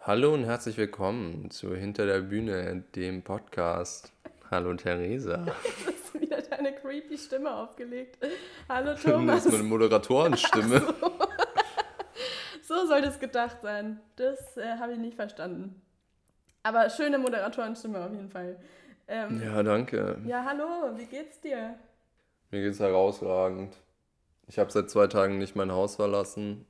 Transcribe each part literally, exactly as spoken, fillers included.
Hallo und herzlich willkommen zu Hinter der Bühne, dem Podcast. Hallo Theresa. Du hast wieder deine creepy Stimme aufgelegt. Hallo Das Thomas. ist meine Moderatorenstimme. So. so soll das gedacht sein. Das äh, habe ich nicht verstanden. Aber schöne Moderatorenstimme auf jeden Fall. Ähm, Ja, danke. ja, hallo, wie geht's dir? Mir geht's herausragend. Ich habe seit zwei Tagen nicht mein Haus verlassen.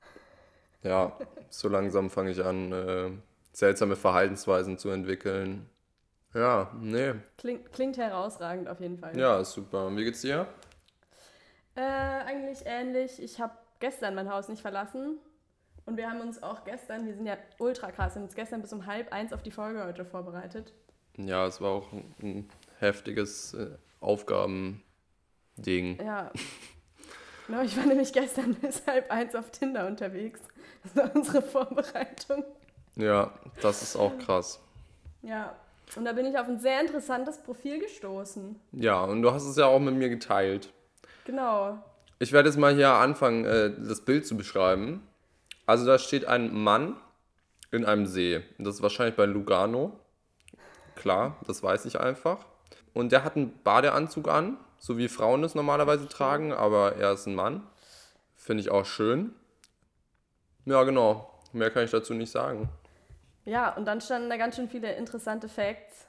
Ja, so langsam fange ich an, äh, seltsame Verhaltensweisen zu entwickeln. Ja, nee. Klingt, klingt herausragend auf jeden Fall. Ja, ist super. Und wie geht's dir? Äh, eigentlich ähnlich. Ich habe gestern mein Haus nicht verlassen. Und wir haben uns auch gestern, wir sind ja ultra krass, haben uns gestern bis um halb eins auf die Folge heute vorbereitet. Ja, es war auch ein, ein heftiges äh, Aufgabending. Ja. Genau, ich war nämlich gestern bis halb eins auf Tinder unterwegs. Das war unsere Vorbereitung. Ja, das ist auch krass. Ja, und da bin ich auf ein sehr interessantes Profil gestoßen. Ja, und du hast es ja auch mit mir geteilt. Genau. Ich werde jetzt mal hier anfangen, äh, das Bild zu beschreiben. Also da steht ein Mann in einem See. Das ist wahrscheinlich bei Lugano. Klar, das weiß ich einfach. Und der hat einen Badeanzug an, so wie Frauen es normalerweise tragen, aber er ist ein Mann. Finde ich auch schön. Ja, genau. Mehr kann ich dazu nicht sagen. Ja, und dann standen da ganz schön viele interessante Facts.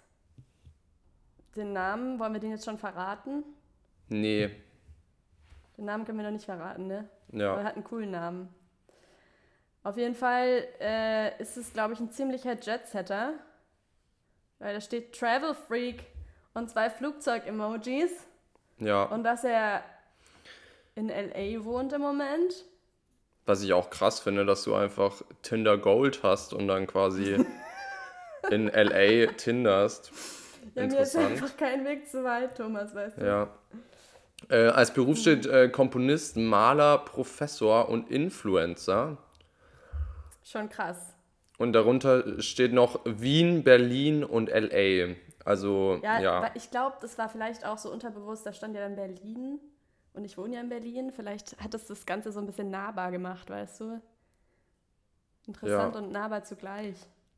Den Namen, wollen wir den jetzt schon verraten? Nee, Den Namen können wir noch nicht verraten, ne? Aber er ja. hat einen coolen Namen. Auf jeden Fall äh, ist es, glaube ich, ein ziemlicher Jet-Setter. Weil da steht Travel Freak und zwei Flugzeug-Emojis. Ja, Und dass er in L A wohnt im Moment. was ich auch krass finde, dass du einfach Tinder Gold hast und dann quasi in L A tinderst. Ja, mir ist Interessant. einfach kein Weg zu weit, Thomas, weißt du. Ja. Äh, als Beruf steht äh, Komponist, Maler, Professor und Influencer. Schon krass. Und darunter steht noch Wien, Berlin und L A. Also, Ja, ja. weil ich glaube, das war vielleicht auch so unterbewusst, da stand ja dann Berlin und ich wohne ja in Berlin. Vielleicht hat es das Ganze so ein bisschen nahbar gemacht, weißt du? Interessant Ja. und nahbar zugleich.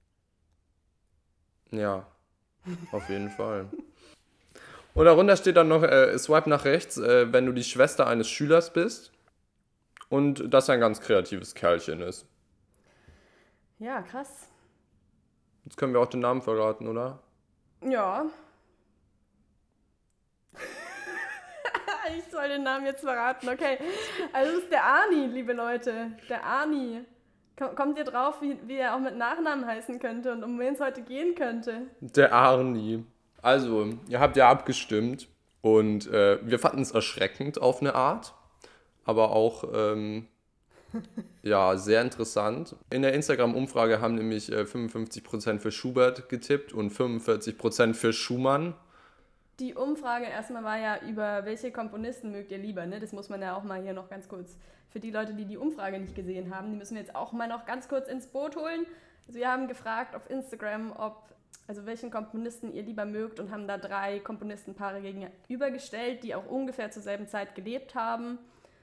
Ja, auf jeden Fall. Und darunter steht dann noch, äh, swipe nach rechts, äh, wenn du die Schwester eines Schülers bist und dass er ein ganz kreatives Kerlchen ist. Ja, krass. Jetzt können wir auch den Namen verraten, oder? Ja. Ich soll den Namen jetzt verraten, okay. Also das ist der Arni, liebe Leute. Der Arni. Komm- Kommt ihr drauf, wie, wie er auch mit Nachnamen heißen könnte und um wen es heute gehen könnte? Der Arni. Also, ihr habt ja abgestimmt und äh, wir fanden es erschreckend auf eine Art, aber auch ähm, ja, sehr interessant. In der Instagram-Umfrage haben nämlich äh, fünfundfünfzig Prozent für Schubert getippt und fünfundvierzig Prozent für Schumann. Die Umfrage erstmal war ja über welche Komponisten mögt ihr lieber, ne? Das muss man ja auch mal hier noch ganz kurz, für die Leute, die die Umfrage nicht gesehen haben, die müssen wir jetzt auch mal noch ganz kurz ins Boot holen. Also wir haben gefragt auf Instagram, ob, also welchen Komponisten ihr lieber mögt und haben da drei Komponistenpaare gegenübergestellt, die auch ungefähr zur selben Zeit gelebt haben.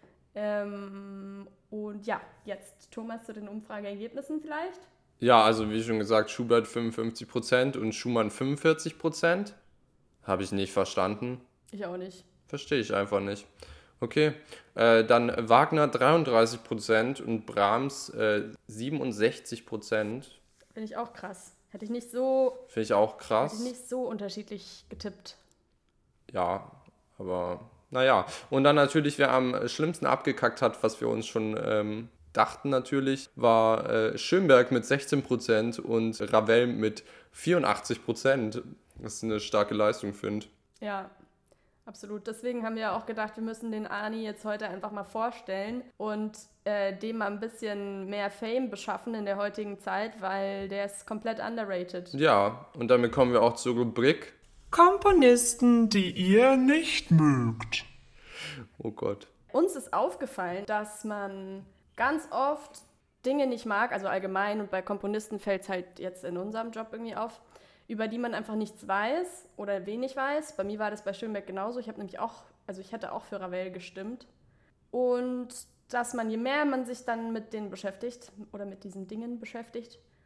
Ähm, und ja, jetzt Thomas zu den Umfrageergebnissen vielleicht. Ja, also wie schon gesagt, Schubert fünfundfünfzig Prozent und Schumann fünfundvierzig Prozent. Habe ich nicht verstanden. Ich auch nicht. Verstehe ich einfach nicht. Okay, äh, dann Wagner dreiunddreißig Prozent und Brahms äh, siebenundsechzig Prozent. Finde ich auch krass. Hätte ich nicht so, Finde ich auch hätte ich krass. nicht so unterschiedlich getippt. Ja, aber naja. Und dann natürlich, wer am schlimmsten abgekackt hat, was wir uns schon ähm, dachten natürlich, war äh, Schönberg mit sechzehn Prozent und Ravel mit vierundachtzig Prozent. Das ist eine starke Leistung, finde ich. Ja, absolut. Deswegen haben wir auch gedacht, wir müssen den Arni jetzt heute einfach mal vorstellen und äh, dem mal ein bisschen mehr Fame beschaffen in der heutigen Zeit, weil der ist komplett underrated. Ja, und damit kommen wir auch zur Rubrik. Komponisten, die ihr nicht mögt. Oh Gott. Uns ist aufgefallen, dass man ganz oft Dinge nicht mag, also allgemein und bei Komponisten fällt es halt jetzt in unserem Job irgendwie auf, über die man einfach nichts weiß oder wenig weiß. Bei mir war das bei Schönberg genauso. Ich habe nämlich auch, also ich hätte auch für Ravel gestimmt. Und dass man, je mehr man sich dann mit denen beschäftigt oder mit diesen Dingen beschäftigt,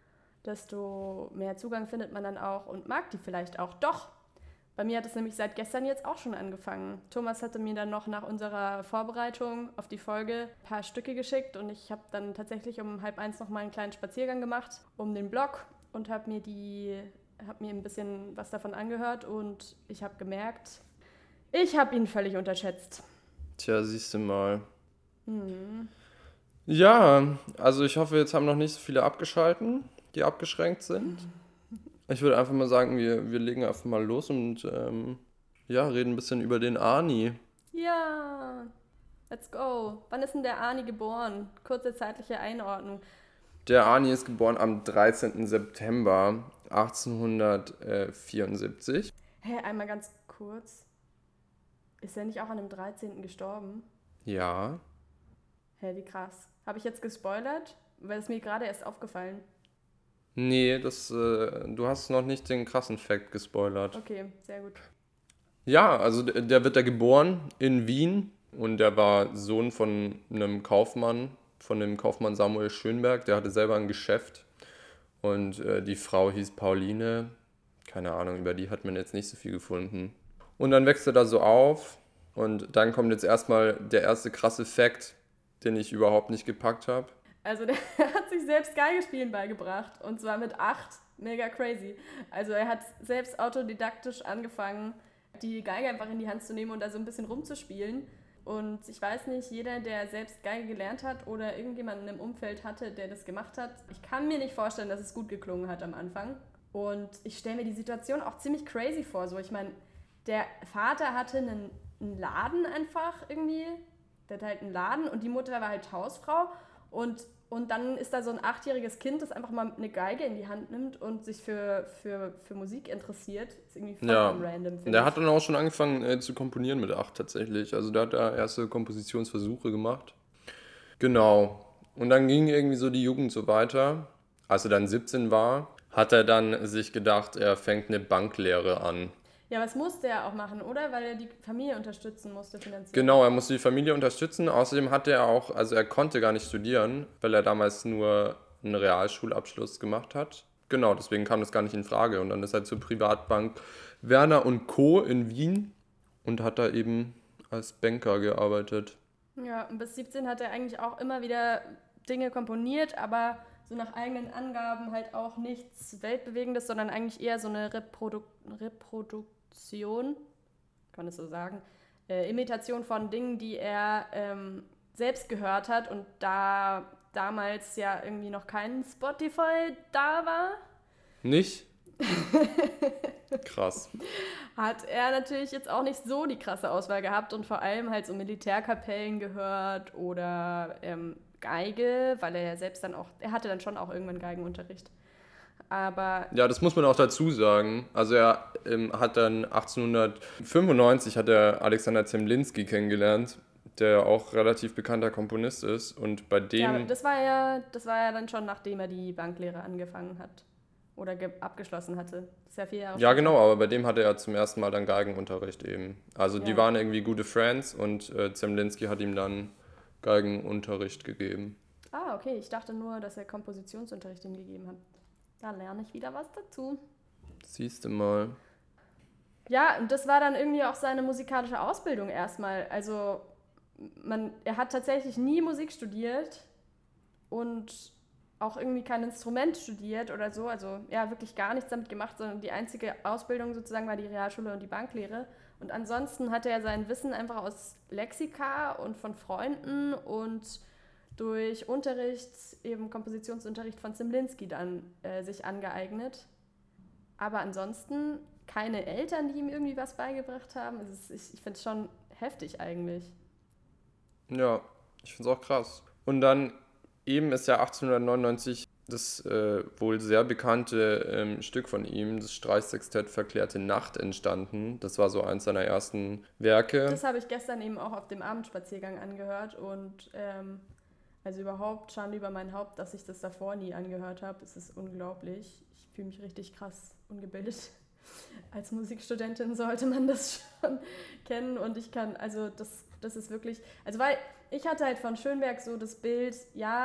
desto mehr Zugang findet man dann auch und mag die vielleicht auch. Doch, bei mir hat es nämlich seit gestern jetzt auch schon angefangen. Thomas hatte mir dann noch nach unserer Vorbereitung auf die Folge ein paar Stücke geschickt und ich habe dann tatsächlich um halb eins noch mal einen kleinen Spaziergang gemacht um den Block und habe mir die, habe mir ein bisschen was davon angehört und ich habe gemerkt, ich habe ihn völlig unterschätzt. Tja, siehst du mal. Hm. Ja, also ich hoffe, jetzt haben noch nicht so viele abgeschalten, die abgeschränkt sind. Ich würde einfach mal sagen, wir, wir legen einfach mal los und ähm, ja, reden ein bisschen über den Arni. Ja, let's go. Wann ist denn der Arni geboren? Kurze zeitliche Einordnung. Der Arni ist geboren am dreizehnten September achtzehnhundertvierundsiebzig. Hä, einmal ganz kurz. Ist er nicht auch an dem dreizehnten gestorben? Ja. Hä, wie krass. Habe ich jetzt gespoilert? Weil es mir gerade erst aufgefallen. Nee, das, äh, du hast noch nicht den krassen Fact gespoilert. Okay, sehr gut. Ja, also der, der wird da geboren in Wien und der war Sohn von einem Kaufmann, von dem Kaufmann Samuel Schönberg. Der hatte selber ein Geschäft und äh, die Frau hieß Pauline. Keine Ahnung, über die hat man jetzt nicht so viel gefunden. Und dann wächst er da so auf und dann kommt jetzt erstmal der erste krasse Fact, den ich überhaupt nicht gepackt habe. Also der hat sich selbst Geige spielen beigebracht und zwar mit acht. Mega crazy. Also er hat selbst autodidaktisch angefangen, die Geige einfach in die Hand zu nehmen und da so ein bisschen rumzuspielen. Und ich weiß nicht, jeder, der selbst Geige gelernt hat oder irgendjemanden im Umfeld hatte, der das gemacht hat, ich kann mir nicht vorstellen, dass es gut geklungen hat am Anfang. Und ich stelle mir die Situation auch ziemlich crazy vor. So, ich meine, der Vater hatte einen, einen Laden einfach irgendwie. Der hatte halt einen Laden und die Mutter war halt Hausfrau. Und, und dann ist da so ein achtjähriges Kind, das einfach mal eine Geige in die Hand nimmt und sich für, für, für Musik interessiert. Das ist irgendwie vollkommen Ja, random. finde der ich. hat dann auch schon angefangen äh, zu komponieren mit acht tatsächlich. Also der hat da erste Kompositionsversuche gemacht. Genau. Und dann ging irgendwie so die Jugend so weiter. Als er dann siebzehn war, hat er dann sich gedacht, er fängt eine Banklehre an. Ja, was musste er auch machen, oder? Weil er die Familie unterstützen musste finanziell. Genau, er musste die Familie unterstützen. Außerdem hatte er auch, also er konnte gar nicht studieren, weil er damals nur einen Realschulabschluss gemacht hat. Genau, deswegen kam das gar nicht in Frage. Und dann ist er zur Privatbank Werner und Co. in Wien und hat da eben als Banker gearbeitet. Ja, und bis siebzehn hat er eigentlich auch immer wieder Dinge komponiert, aber so nach eigenen Angaben halt auch nichts Weltbewegendes, sondern eigentlich eher so eine Reprodu- Reproduktion, kann man das so sagen, äh, Imitation von Dingen, die er ähm, selbst gehört hat und da damals ja irgendwie noch kein Spotify da war, Nicht? Krass. hat er natürlich jetzt auch nicht so die krasse Auswahl gehabt und vor allem halt so Militärkapellen gehört oder ähm, Geige, weil er ja selbst dann auch, er hatte dann schon auch irgendwann Geigenunterricht. Aber Ja, das muss man auch dazu sagen. Also er ähm, hat dann achtzehnhundertfünfundneunzig hat er Alexander Zemlinsky kennengelernt, der auch relativ bekannter Komponist ist. Und bei dem... ja, das war ja, das war ja dann schon, nachdem er die Banklehre angefangen hat oder ge- abgeschlossen hatte. Das ist ja vier Jahre Ja, später. genau, aber bei dem hatte er zum ersten Mal dann Geigenunterricht eben. Also die Ja. waren irgendwie gute Friends und äh, Zemlinsky hat ihm dann Geigenunterricht gegeben. Ah, okay, ich dachte nur, dass er Kompositionsunterricht ihm gegeben hat. Da lerne ich wieder was dazu. Siehst du mal. Ja, und das war dann irgendwie auch seine musikalische Ausbildung erstmal. Also man, er hat tatsächlich nie Musik studiert und auch irgendwie kein Instrument studiert oder so. Also ja, wirklich gar nichts damit gemacht, sondern die einzige Ausbildung sozusagen war die Realschule und die Banklehre. Und ansonsten hatte er sein Wissen einfach aus Lexika und von Freunden und durch Unterricht, eben Kompositionsunterricht von Zemlinsky dann äh, sich angeeignet. Aber ansonsten keine Eltern, die ihm irgendwie was beigebracht haben. Also es ist, ich ich finde es schon heftig eigentlich. Ja, ich finde es auch krass. Und dann eben ist ja achtzehnhundertneunundneunzig das äh, wohl sehr bekannte ähm, Stück von ihm, das Streichsextett Verklärte Nacht, entstanden. Das war so eins seiner ersten Werke. Das habe ich gestern eben auch auf dem Abendspaziergang angehört und ähm, also überhaupt Schande über mein Haupt, dass ich das davor nie angehört habe. Es ist unglaublich. Ich fühle mich richtig krass ungebildet. Als Musikstudentin sollte man das schon kennen und ich kann, also das, das ist wirklich, also weil ich hatte halt von Schönberg so das Bild, ja,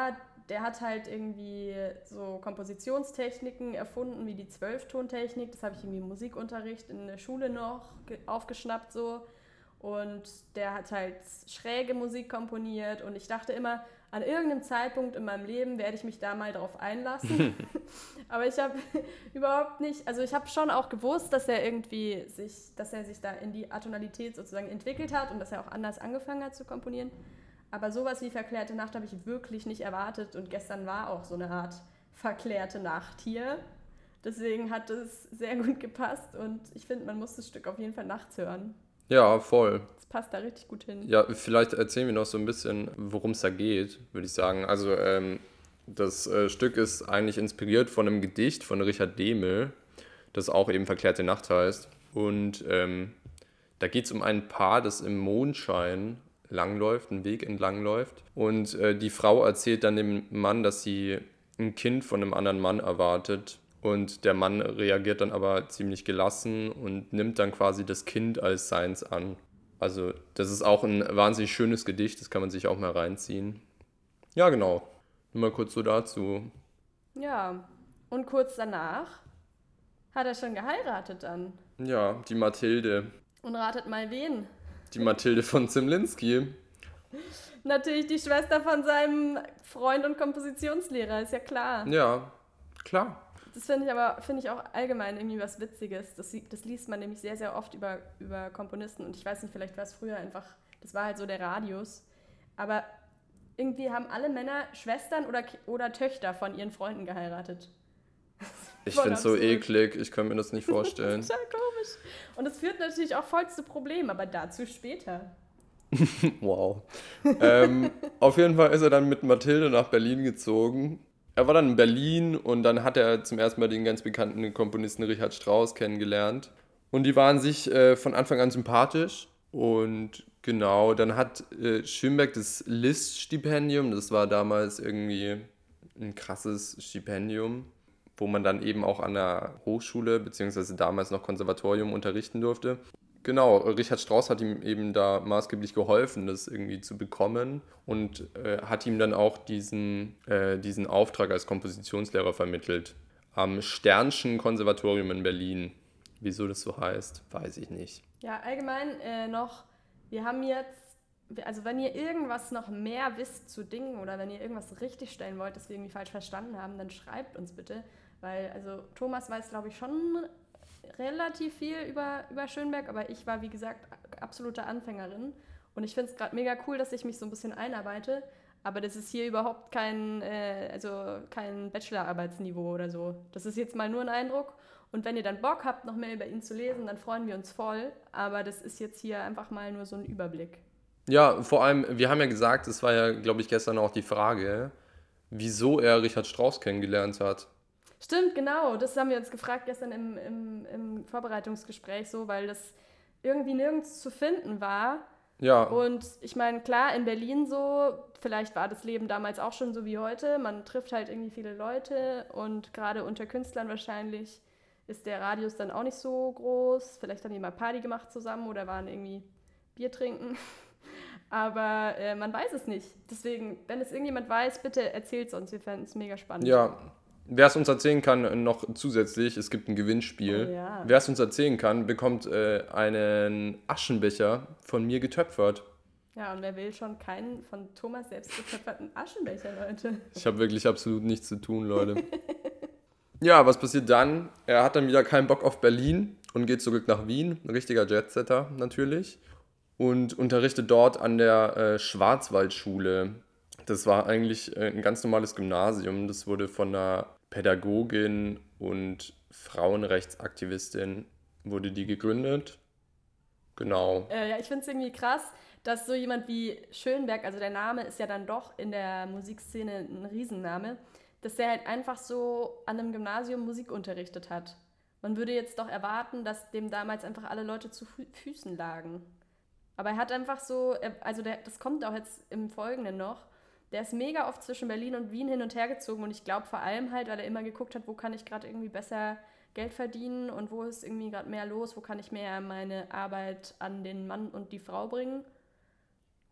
der hat halt irgendwie so Kompositionstechniken erfunden, wie die Zwölftontechnik. Das habe ich irgendwie im Musikunterricht in der Schule noch ge- aufgeschnappt so. Und der hat halt schräge Musik komponiert und ich dachte immer, an irgendeinem Zeitpunkt in meinem Leben werde ich mich da mal drauf einlassen. Aber ich habe überhaupt nicht, also ich habe schon auch gewusst, dass er irgendwie sich, dass er sich da in die Atonalität sozusagen entwickelt hat und dass er auch anders angefangen hat zu komponieren. Aber sowas wie Verklärte Nacht habe ich wirklich nicht erwartet und gestern war auch so eine Art verklärte Nacht hier. Deswegen hat es sehr gut gepasst und ich finde, man muss das Stück auf jeden Fall nachts hören. Ja, voll. Das passt da richtig gut hin. Ja, vielleicht erzählen wir noch so ein bisschen, worum es da geht, würde ich sagen. Also ähm, das äh, Stück ist eigentlich inspiriert von einem Gedicht von Richard Dehmel, das auch eben Verklärte Nacht heißt. Und ähm, da geht es um ein Paar, das im Mondschein langläuft, einen Weg entlang läuft. Und äh, die Frau erzählt dann dem Mann, dass sie ein Kind von einem anderen Mann erwartet. Und der Mann reagiert dann aber ziemlich gelassen und nimmt dann quasi das Kind als seins an. Also das ist auch ein wahnsinnig schönes Gedicht, das kann man sich auch mal reinziehen. Ja, genau. Nur mal kurz so dazu. Ja, und kurz danach hat er schon geheiratet dann. Ja, die Mathilde. Und ratet mal wen? Die Mathilde von Zemlinski. Natürlich die Schwester von seinem Freund und Kompositionslehrer, ist ja klar. Ja, klar. Das finde ich aber, finde ich auch allgemein irgendwie was Witziges. Das, das liest man nämlich sehr, sehr oft über, über Komponisten. Und ich weiß nicht, vielleicht war es früher einfach, das war halt so der Radius. Aber irgendwie haben alle Männer Schwestern oder, oder Töchter von ihren Freunden geheiratet. Ich Voll finde es so absurd. eklig, ich kann mir das nicht vorstellen. Total komisch. Und es führt natürlich auch voll zu Problemen, aber dazu später. Wow. ähm, auf jeden Fall ist er dann mit Mathilde nach Berlin gezogen. Er war dann in Berlin und dann hat er zum ersten Mal den ganz bekannten Komponisten Richard Strauss kennengelernt. Und die waren sich äh, von Anfang an sympathisch. Und genau, dann hat äh, Schönberg das Liszt-Stipendium, das war damals irgendwie ein krasses Stipendium, wo man dann eben auch an der Hochschule, beziehungsweise damals noch Konservatorium unterrichten durfte. Genau, Richard Strauss hat ihm eben da maßgeblich geholfen, das irgendwie zu bekommen und äh, hat ihm dann auch diesen, äh, diesen Auftrag als Kompositionslehrer vermittelt. Am Stern'schen Konservatorium in Berlin. Wieso das so heißt, weiß ich nicht. Ja, allgemein äh, noch, wir haben jetzt, also wenn ihr irgendwas noch mehr wisst zu Dingen oder wenn ihr irgendwas richtig stellen wollt, das wir irgendwie falsch verstanden haben, dann schreibt uns bitte, weil also Thomas weiß, glaube ich, schon relativ viel über, über Schönberg, aber ich war, wie gesagt, absolute Anfängerin und ich finde es gerade mega cool, dass ich mich so ein bisschen einarbeite, aber das ist hier überhaupt kein, äh, also kein Bachelorarbeitsniveau oder so. Das ist jetzt mal nur ein Eindruck und wenn ihr dann Bock habt, noch mehr über ihn zu lesen, dann freuen wir uns voll, aber das ist jetzt hier einfach mal nur so ein Überblick. Ja, vor allem, wir haben ja gesagt, es war ja, glaube ich, gestern auch die Frage, wieso er Richard Strauss kennengelernt hat. Stimmt, genau. Das haben wir uns gefragt gestern im, im, im Vorbereitungsgespräch so, weil das irgendwie nirgends zu finden war. Ja. Und ich meine, klar, in Berlin so, vielleicht war das Leben damals auch schon so wie heute. Man trifft halt irgendwie viele Leute und gerade unter Künstlern wahrscheinlich ist der Radius dann auch nicht so groß. Vielleicht haben die mal Party gemacht zusammen oder waren irgendwie Bier trinken. Aber äh, man weiß es nicht. Deswegen, wenn es irgendjemand weiß, bitte erzählt es uns. Wir fänden es mega spannend. Ja. Wer es uns erzählen kann, noch zusätzlich, es gibt ein Gewinnspiel. Oh ja. Wer es uns erzählen kann, bekommt äh, einen Aschenbecher von mir getöpfert. Ja, und wer will schon keinen von Thomas selbst getöpferten Aschenbecher, Leute? Ich habe wirklich absolut nichts zu tun, Leute. Ja, was passiert dann? Er hat dann wieder keinen Bock auf Berlin und geht zurück nach Wien. Ein richtiger Jetsetter natürlich. Und unterrichtet dort an der äh, Schwarzwaldschule. Das war eigentlich äh, ein ganz normales Gymnasium. Das wurde von einer Pädagogin und Frauenrechtsaktivistin wurde die gegründet. Genau. Äh, ja, ich finde es irgendwie krass, dass so jemand wie Schönberg, also der Name ist ja dann doch in der Musikszene ein Riesenname, dass der halt einfach so an einem Gymnasium Musik unterrichtet hat. Man würde jetzt doch erwarten, dass dem damals einfach alle Leute zu Fü- Füßen lagen. Aber er hat einfach so, also der, das kommt auch jetzt im Folgenden noch, der ist mega oft zwischen Berlin und Wien hin und her gezogen und ich glaube vor allem halt, weil er immer geguckt hat, wo kann ich gerade irgendwie besser Geld verdienen und wo ist irgendwie gerade mehr los, wo kann ich mehr meine Arbeit an den Mann und die Frau bringen.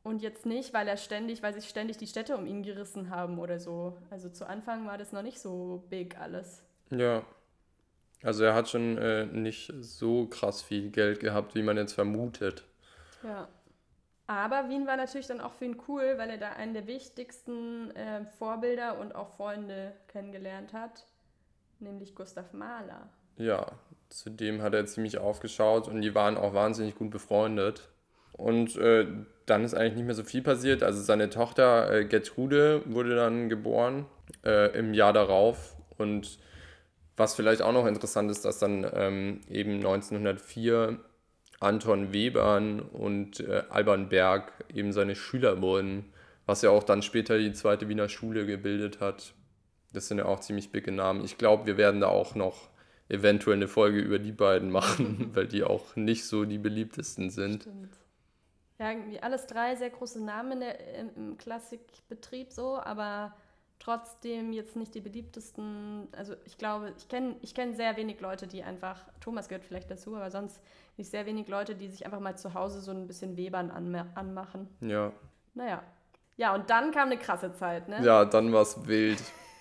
Und jetzt nicht, weil er ständig, weil sich ständig die Städte um ihn gerissen haben oder so. Also zu Anfang war das noch nicht so big alles. Ja. Also er hat schon äh, nicht so krass viel Geld gehabt, wie man jetzt vermutet. Ja. Aber Wien war natürlich dann auch für ihn cool, weil er da einen der wichtigsten äh, Vorbilder und auch Freunde kennengelernt hat, nämlich Gustav Mahler. Ja, zudem hat er ziemlich aufgeschaut und die waren auch wahnsinnig gut befreundet. Und äh, dann ist eigentlich nicht mehr so viel passiert. Also seine Tochter äh, Gertrude wurde dann geboren äh, im Jahr darauf. Und was vielleicht auch noch interessant ist, dass dann ähm, eben neunzehnhundertvier Anton Webern und äh, Alban Berg eben seine Schüler wurden, was ja auch dann später die zweite Wiener Schule gebildet hat. Das sind ja auch ziemlich bige Namen. Ich glaube, wir werden da auch noch eventuell eine Folge über die beiden machen, weil die auch nicht so die beliebtesten sind. Stimmt. Ja, irgendwie alles drei sehr große Namen in der, im, im Klassikbetrieb so, aber trotzdem jetzt nicht die beliebtesten. Also ich glaube, ich kenne ich kenn sehr wenig Leute, die einfach, Thomas gehört vielleicht dazu, aber sonst nicht sehr wenig Leute, die sich einfach mal zu Hause so ein bisschen Webern anma- anmachen. Ja. Naja. Ja, und dann kam eine krasse Zeit, ne? Ja, dann war es wild.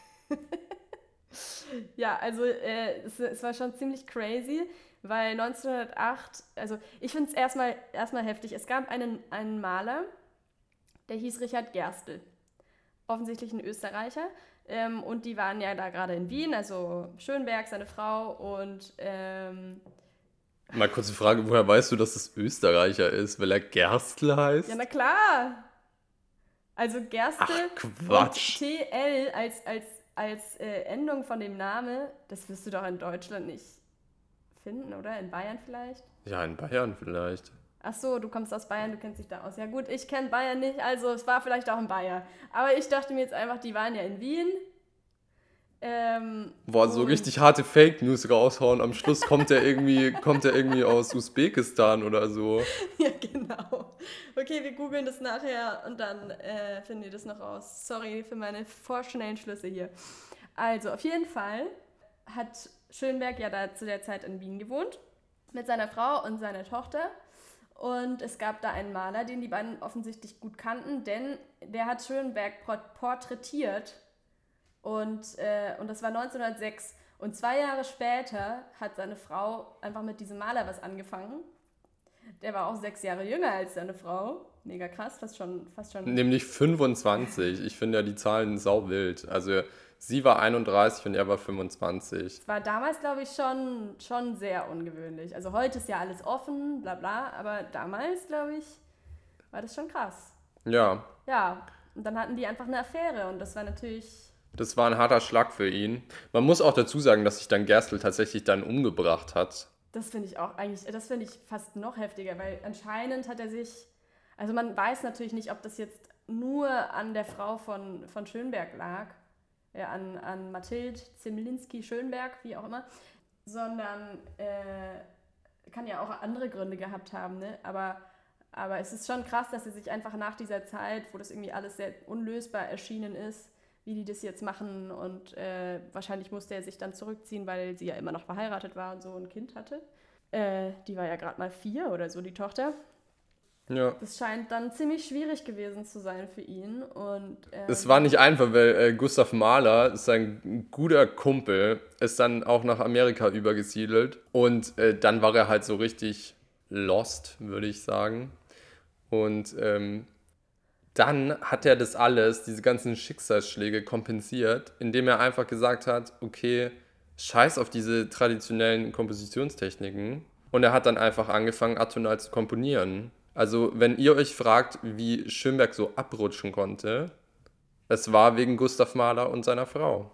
Ja, also äh, es, es war schon ziemlich crazy, weil neunzehnhundertacht, also ich finde es erstmal, erstmal heftig, es gab einen, einen Maler, der hieß Richard Gerstl, offensichtlich ein Österreicher, ähm, und die waren ja da gerade in Wien, also Schönberg, seine Frau und... Ähm, Mal kurze Frage, woher weißt du, dass es Österreicher ist, weil er Gerstl heißt? ja, na klar! Also Gerstl Ach, Quatsch. und T L als, als, als äh, Endung von dem Namen, das wirst du doch in Deutschland nicht finden, oder? In Bayern vielleicht? Ja, in Bayern vielleicht. Ach so, du kommst aus Bayern, du kennst dich da aus. Ja gut, ich kenne Bayern nicht, also es war vielleicht auch ein Bayer. Aber ich dachte mir jetzt einfach, die waren ja in Wien. Ähm, Boah, so und- richtig harte Fake News raushauen. Am Schluss kommt er irgendwie, kommt er irgendwie aus Usbekistan oder so. Ja, genau. Okay, wir googeln das nachher und dann äh, finden wir das noch raus. Sorry für meine vorschnellen Schlüsse hier. Also, auf jeden Fall hat Schönberg ja da zu der Zeit in Wien gewohnt, mit seiner Frau und seiner Tochter. Und es gab da einen Maler, den die beiden offensichtlich gut kannten, denn der hat Schönberg porträtiert. Und, äh, und das war neunzehnhundertsechs. Und zwei Jahre später hat seine Frau einfach mit diesem Maler was angefangen. Der war auch sechs Jahre jünger als seine Frau. Mega krass, fast schon... Fast schon Nämlich fünfundzwanzig. Ich finde ja die Zahlen sauwild. Also sie war einunddreißig und er war fünfundzwanzig. war damals, glaube ich, schon, schon sehr ungewöhnlich. Also heute ist ja alles offen, bla bla, aber damals, glaube ich, war das schon krass. Ja, Ja, und dann hatten die einfach eine Affäre und das war natürlich... das war ein harter Schlag für ihn. Man muss auch dazu sagen, dass sich dann Gerstl tatsächlich dann umgebracht hat. Das finde ich auch eigentlich, das finde ich fast noch heftiger, weil anscheinend hat er sich, also man weiß natürlich nicht, ob das jetzt nur an der Frau von, von Schönberg lag, ja, an, an Mathilde Zemlinski-Schönberg, wie auch immer, sondern äh, kann ja auch andere Gründe gehabt haben, ne? Aber, aber es ist schon krass, dass er sich einfach nach dieser Zeit, wo das irgendwie alles sehr unlösbar erschienen ist, wie die das jetzt machen und äh, wahrscheinlich musste er sich dann zurückziehen, weil sie ja immer noch verheiratet war und so ein Kind hatte. Äh, die war ja gerade mal vier oder so, die Tochter. Ja. Das scheint dann ziemlich schwierig gewesen zu sein für ihn. Und, ähm, Es war nicht einfach, weil äh, Gustav Mahler, sein guter Kumpel, ist dann auch nach Amerika übergesiedelt. Und äh, dann war er halt so richtig lost, würde ich sagen. Und ähm, dann hat er das alles, diese ganzen Schicksalsschläge kompensiert, indem er einfach gesagt hat, okay, scheiß auf diese traditionellen Kompositionstechniken. Und er hat dann einfach angefangen, atonal zu komponieren. Also wenn ihr euch fragt, wie Schönberg so abrutschen konnte, es war wegen Gustav Mahler und seiner Frau.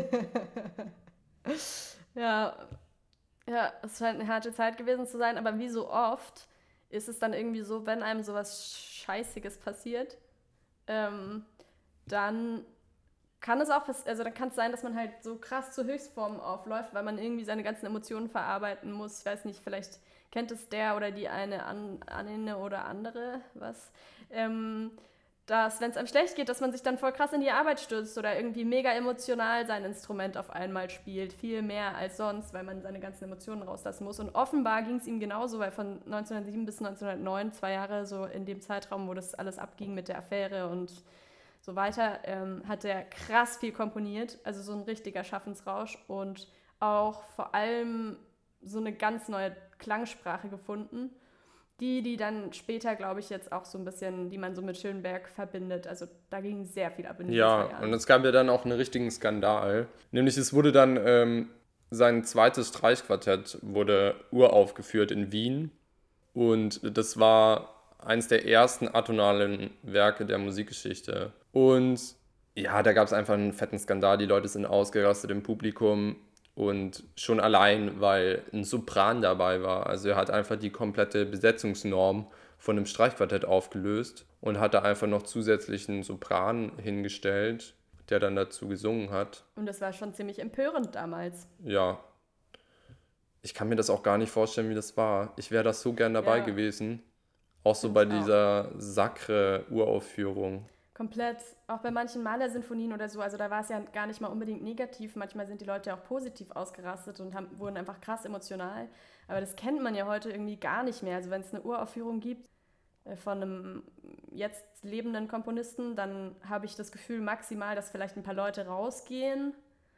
Ja, ja, es scheint eine harte Zeit gewesen zu sein, aber wie so oft ist es dann irgendwie so, wenn einem sowas Scheißiges passiert, ähm, dann kann es auch, also dann kann es sein, dass man halt so krass zu Höchstformen aufläuft, weil man irgendwie seine ganzen Emotionen verarbeiten muss. Ich weiß nicht, vielleicht kennt es der oder die eine An Anine oder andere, was. Ähm, dass, wenn es einem schlecht geht, dass man sich dann voll krass in die Arbeit stürzt oder irgendwie mega emotional sein Instrument auf einmal spielt. Viel mehr als sonst, weil man seine ganzen Emotionen rauslassen muss. Und offenbar ging es ihm genauso, weil von neunzehnhundertsieben bis neunzehnhundertneun, zwei Jahre so in dem Zeitraum, wo das alles abging mit der Affäre und so weiter, ähm, hat er krass viel komponiert. Also so ein richtiger Schaffensrausch und auch vor allem so eine ganz neue Klangsprache gefunden. Die, die dann später, glaube ich, jetzt auch so ein bisschen, die man so mit Schönberg verbindet. Also da ging sehr viel ab in den Ja, zwei Jahren. und es gab ja dann auch einen richtigen Skandal. Nämlich es wurde dann, ähm, sein zweites Streichquartett wurde uraufgeführt in Wien. Und das war eines der ersten atonalen Werke der Musikgeschichte. Und ja, da gab es einfach einen fetten Skandal. Die Leute sind ausgerastet im Publikum. Und schon allein, weil ein Sopran dabei war. Also er hat einfach die komplette Besetzungsnorm von einem Streichquartett aufgelöst und hat da einfach noch zusätzlichen Sopran hingestellt, der dann dazu gesungen hat. Und das war schon ziemlich empörend damals. Ja. Ich kann mir das auch gar nicht vorstellen, wie das war. Ich wäre da so gern dabei Ja. gewesen. Auch so Find's bei auch. dieser Sacre-Uraufführung. Komplett, auch bei manchen Malersinfonien oder so, also da war es ja gar nicht mal unbedingt negativ, manchmal sind die Leute auch positiv ausgerastet und haben, wurden einfach krass emotional, aber das kennt man ja heute irgendwie gar nicht mehr, also wenn es eine Uraufführung gibt äh, von einem jetzt lebenden Komponisten, dann habe ich das Gefühl maximal, dass vielleicht ein paar Leute rausgehen,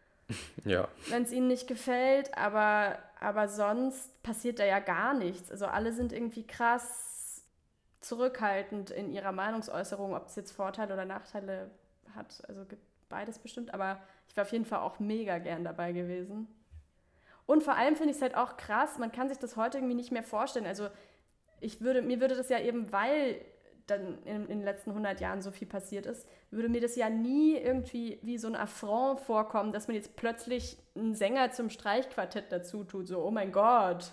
Ja. wenn es ihnen nicht gefällt, aber, aber sonst passiert da ja gar nichts, also alle sind irgendwie krass zurückhaltend in ihrer Meinungsäußerung, ob es jetzt Vorteile oder Nachteile hat. Also gibt beides bestimmt, aber ich war auf jeden Fall auch mega gern dabei gewesen. Und vor allem finde ich es halt auch krass, man kann sich das heute irgendwie nicht mehr vorstellen. Also ich würde, mir würde das ja eben, weil dann in, in den letzten hundert Jahren so viel passiert ist, würde mir das ja nie irgendwie wie so ein Affront vorkommen, dass man jetzt plötzlich einen Sänger zum Streichquartett dazu tut. So, oh mein Gott,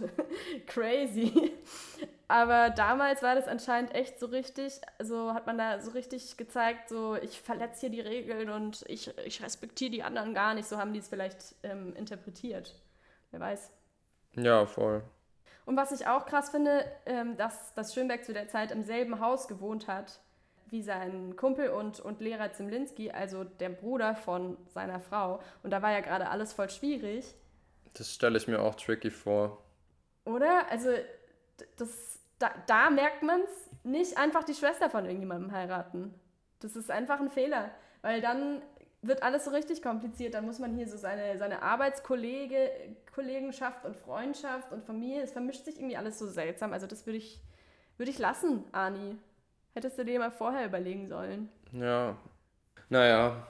crazy. Aber damals war das anscheinend echt so richtig, also hat man da so richtig gezeigt, so ich verletze hier die Regeln und ich, ich respektiere die anderen gar nicht. So haben die es vielleicht ähm, interpretiert. Wer weiß. Ja, voll. Und was ich auch krass finde, ähm, dass, dass Schönberg zu der Zeit im selben Haus gewohnt hat wie sein Kumpel und, und Lehrer Zemlinsky, also der Bruder von seiner Frau. Und da war ja gerade alles voll schwierig. Das stelle ich mir auch tricky vor. Oder? Also das, da, da merkt man es, nicht einfach die Schwester von irgendjemandem heiraten. Das ist einfach ein Fehler, weil dann wird alles so richtig kompliziert. Dann muss man hier so seine, seine Arbeitskollegenschaft und Freundschaft und Familie, es vermischt sich irgendwie alles so seltsam. Also das würde ich, würde ich lassen, Ani. Hättest du dir mal vorher überlegen sollen. Ja. Naja.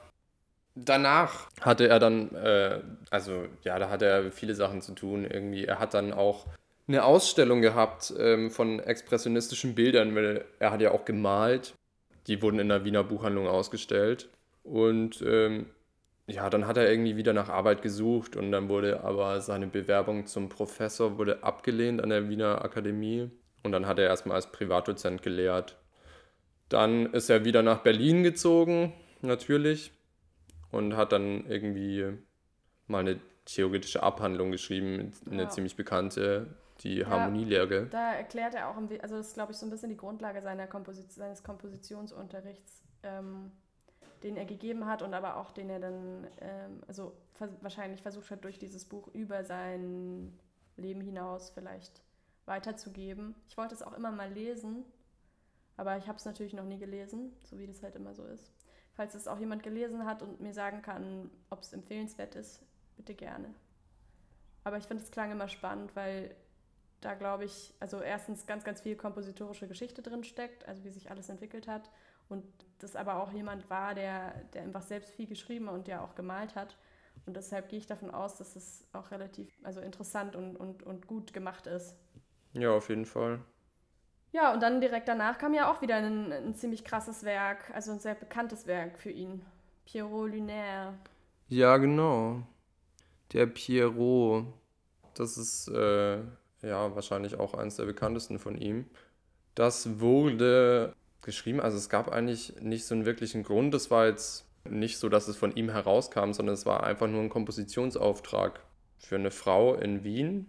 Danach hatte er dann, äh, also ja, da hatte er viele Sachen zu tun irgendwie. Er hat dann auch eine Ausstellung gehabt ähm, von expressionistischen Bildern, weil er hat ja auch gemalt. Die wurden in der Wiener Buchhandlung ausgestellt. Und ähm, ja, dann hat er irgendwie wieder nach Arbeit gesucht und dann wurde aber seine Bewerbung zum Professor wurde abgelehnt an der Wiener Akademie. Und dann hat er erstmal als Privatdozent gelehrt. Dann ist er wieder nach Berlin gezogen, natürlich, und hat dann irgendwie mal eine theoretische Abhandlung geschrieben, eine Ja. ziemlich bekannte, die Ja. Harmonielehre. Da erklärt er auch, im We- also das ist, glaube ich, so ein bisschen die Grundlage seiner Komposi- seines Kompositionsunterrichts, ähm, den er gegeben hat und aber auch den er dann, ähm, also vers- wahrscheinlich versucht hat, durch dieses Buch über sein Leben hinaus vielleicht weiterzugeben. Ich wollte es auch immer mal lesen, aber ich habe es natürlich noch nie gelesen, so wie das halt immer so ist. Falls es auch jemand gelesen hat und mir sagen kann, ob es empfehlenswert ist, bitte gerne. Aber ich finde, es klang immer spannend, weil da glaube ich, also erstens ganz, ganz viel kompositorische Geschichte drin steckt, also wie sich alles entwickelt hat und das aber auch jemand war, der, der einfach selbst viel geschrieben und ja auch gemalt hat. Und deshalb gehe ich davon aus, dass es auch relativ also interessant und, und, und gut gemacht ist. Ja, auf jeden Fall. Ja, und dann direkt danach kam ja auch wieder ein, ein ziemlich krasses Werk, also ein sehr bekanntes Werk für ihn. Pierrot Lunaire. Ja, genau. Der Pierrot. Das ist äh, ja wahrscheinlich auch eines der bekanntesten von ihm. Das wurde geschrieben, also es gab eigentlich nicht so einen wirklichen Grund. Es war jetzt nicht so, dass es von ihm herauskam, sondern es war einfach nur ein Kompositionsauftrag für eine Frau in Wien.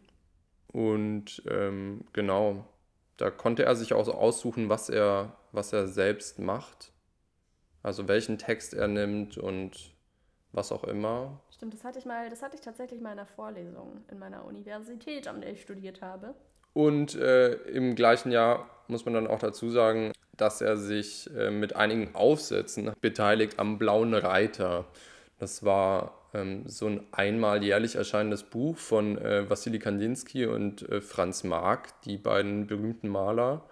Und ähm, genau, da konnte er sich auch so aussuchen, was er, was er selbst macht. Also welchen Text er nimmt und was auch immer. Stimmt, das hatte ich mal, das hatte ich tatsächlich mal in einer Vorlesung in meiner Universität, an der ich studiert habe. Und äh, im gleichen Jahr muss man dann auch dazu sagen, dass er sich äh, mit einigen Aufsätzen beteiligt am Blauen Reiter. Das war ähm, so ein einmal jährlich erscheinendes Buch von äh, Wassily Kandinsky und äh, Franz Marc, die beiden berühmten Maler.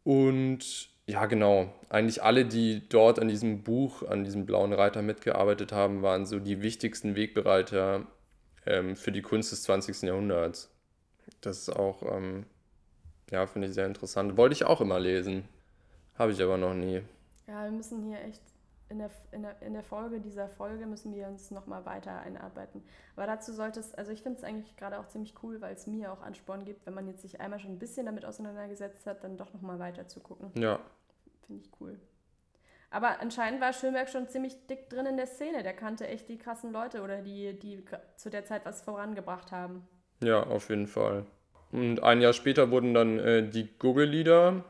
Und ja, genau, eigentlich alle, die dort an diesem Buch, an diesem Blauen Reiter mitgearbeitet haben, waren so die wichtigsten Wegbereiter ähm, für die Kunst des zwanzigsten Jahrhunderts. Das ist auch, ähm, ja, finde ich sehr interessant. Wollte ich auch immer lesen, habe ich aber noch nie. Ja, wir müssen hier echt in der, in der, in der Folge dieser Folge müssen wir uns nochmal weiter einarbeiten. Aber dazu sollte es, also ich finde es eigentlich gerade auch ziemlich cool, weil es mir auch Ansporn gibt, wenn man jetzt sich einmal schon ein bisschen damit auseinandergesetzt hat, dann doch nochmal weiter zu gucken. Ja. Finde ich cool. Aber anscheinend war Schönberg schon ziemlich dick drin in der Szene. Der kannte echt die krassen Leute oder die, die zu der Zeit was vorangebracht haben. Ja, auf jeden Fall. Und ein Jahr später wurden dann äh, die Gurgellieder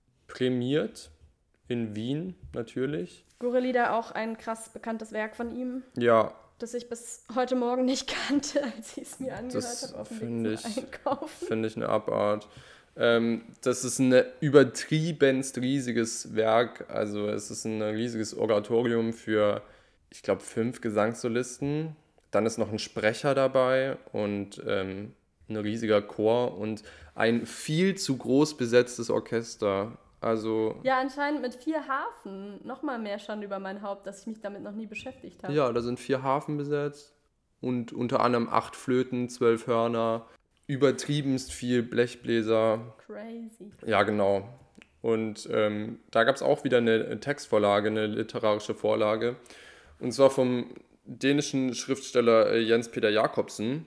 prämiert. In Wien natürlich. Gurgellieder, auch ein krass bekanntes Werk von ihm. Ja. Das ich bis heute Morgen nicht kannte, als ich es mir angehört habe auf dem Weg zum ich, Einkaufen. Finde ich eine Abart. Ähm, das ist ein übertriebenst riesiges Werk. Also es ist ein riesiges Oratorium für, ich glaube, fünf Gesangssolisten. Dann ist noch ein Sprecher dabei und ähm, ein riesiger Chor und ein viel zu groß besetztes Orchester. Also ja, anscheinend mit vier Harfen. Nochmal mehr Schande über mein Haupt, dass ich mich damit noch nie beschäftigt habe. Ja, da sind vier Harfen besetzt und unter anderem acht Flöten, zwölf Hörner, übertriebenst viel Blechbläser. Crazy. Ja, genau. Und ähm, da gab es auch wieder eine Textvorlage, eine literarische Vorlage. Und zwar vom dänischen Schriftsteller Jens Peter Jacobsen.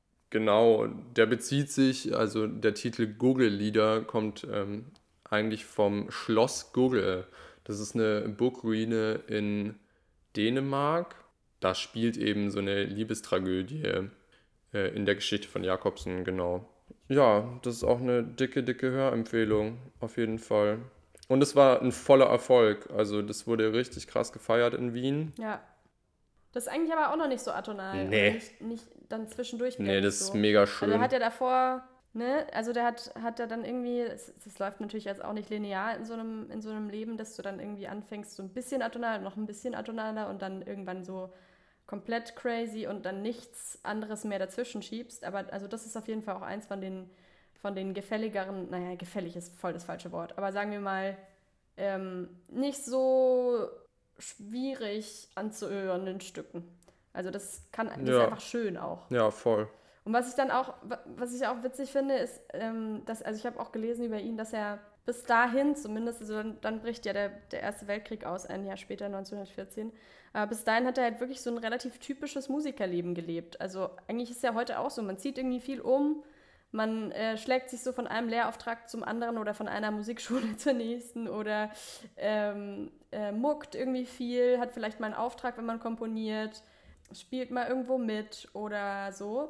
Genau, der bezieht sich, also der Titel Gurgellieder kommt ähm, eigentlich vom Schloss Gurgel. Das ist eine Burgruine in Dänemark. Da spielt eben so eine Liebestragödie äh, in der Geschichte von Jacobsen, genau. Ja, das ist auch eine dicke, dicke Hörempfehlung, auf jeden Fall. Und es war ein voller Erfolg. Also das wurde richtig krass gefeiert in Wien. Ja. Das ist eigentlich aber auch noch nicht so atonal. Nee. Nicht, nicht dann zwischendurch wieder. Nee, das so. ist mega schön. Also der hat ja davor, ne, also der hat, hat ja dann irgendwie, das, das läuft natürlich jetzt auch nicht linear in so, einem, in so einem Leben, dass du dann irgendwie anfängst, so ein bisschen atonal, noch ein bisschen atonaler und dann irgendwann so komplett crazy und dann nichts anderes mehr dazwischen schiebst. Aber also das ist auf jeden Fall auch eins von den, von den gefälligeren, naja, gefällig ist voll das falsche Wort, aber sagen wir mal, ähm, nicht so schwierig anzuhörenden Stücken. Also das kann das Ja. ist einfach schön auch. Ja, voll. Und was ich dann auch, was ich auch witzig finde, ist, ähm, dass, also ich habe auch gelesen über ihn, dass er bis dahin zumindest, also dann, dann bricht ja der, der Erste Weltkrieg aus, ein Jahr später, neunzehnhundertvierzehn, aber bis dahin hat er halt wirklich so ein relativ typisches Musikerleben gelebt. Also eigentlich ist es ja heute auch so, man zieht irgendwie viel um, man äh, schlägt sich so von einem Lehrauftrag zum anderen oder von einer Musikschule zur nächsten oder ähm, äh, muckt irgendwie viel, hat vielleicht mal einen Auftrag, wenn man komponiert, spielt mal irgendwo mit oder so.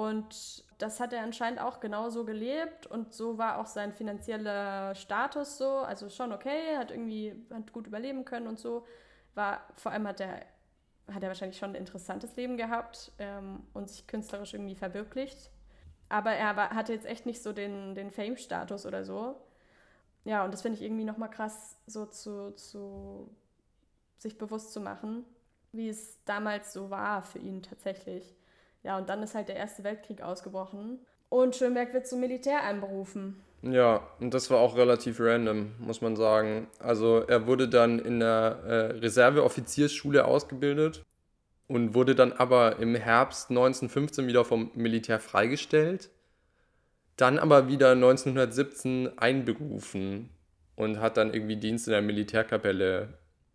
Und das hat er anscheinend auch genauso gelebt und so war auch sein finanzieller Status so, also schon okay, hat irgendwie hat gut überleben können und so. War, vor allem hat er, hat er wahrscheinlich schon ein interessantes Leben gehabt ähm, und sich künstlerisch irgendwie verwirklicht. Aber er war, hatte jetzt echt nicht so den, den Fame-Status oder so. Ja, und das finde ich irgendwie nochmal krass, so zu, zu sich bewusst zu machen, wie es damals so war für ihn tatsächlich. Ja, und dann ist halt der Erste Weltkrieg ausgebrochen und Schönberg wird zum Militär einberufen. Ja, und das war auch relativ random, muss man sagen. Also er wurde dann in der äh, Reserveoffiziersschule ausgebildet und wurde dann aber im Herbst neunzehnhundertfünfzehn wieder vom Militär freigestellt, dann aber wieder neunzehnhundertsiebzehn einberufen und hat dann irgendwie Dienst in der Militärkapelle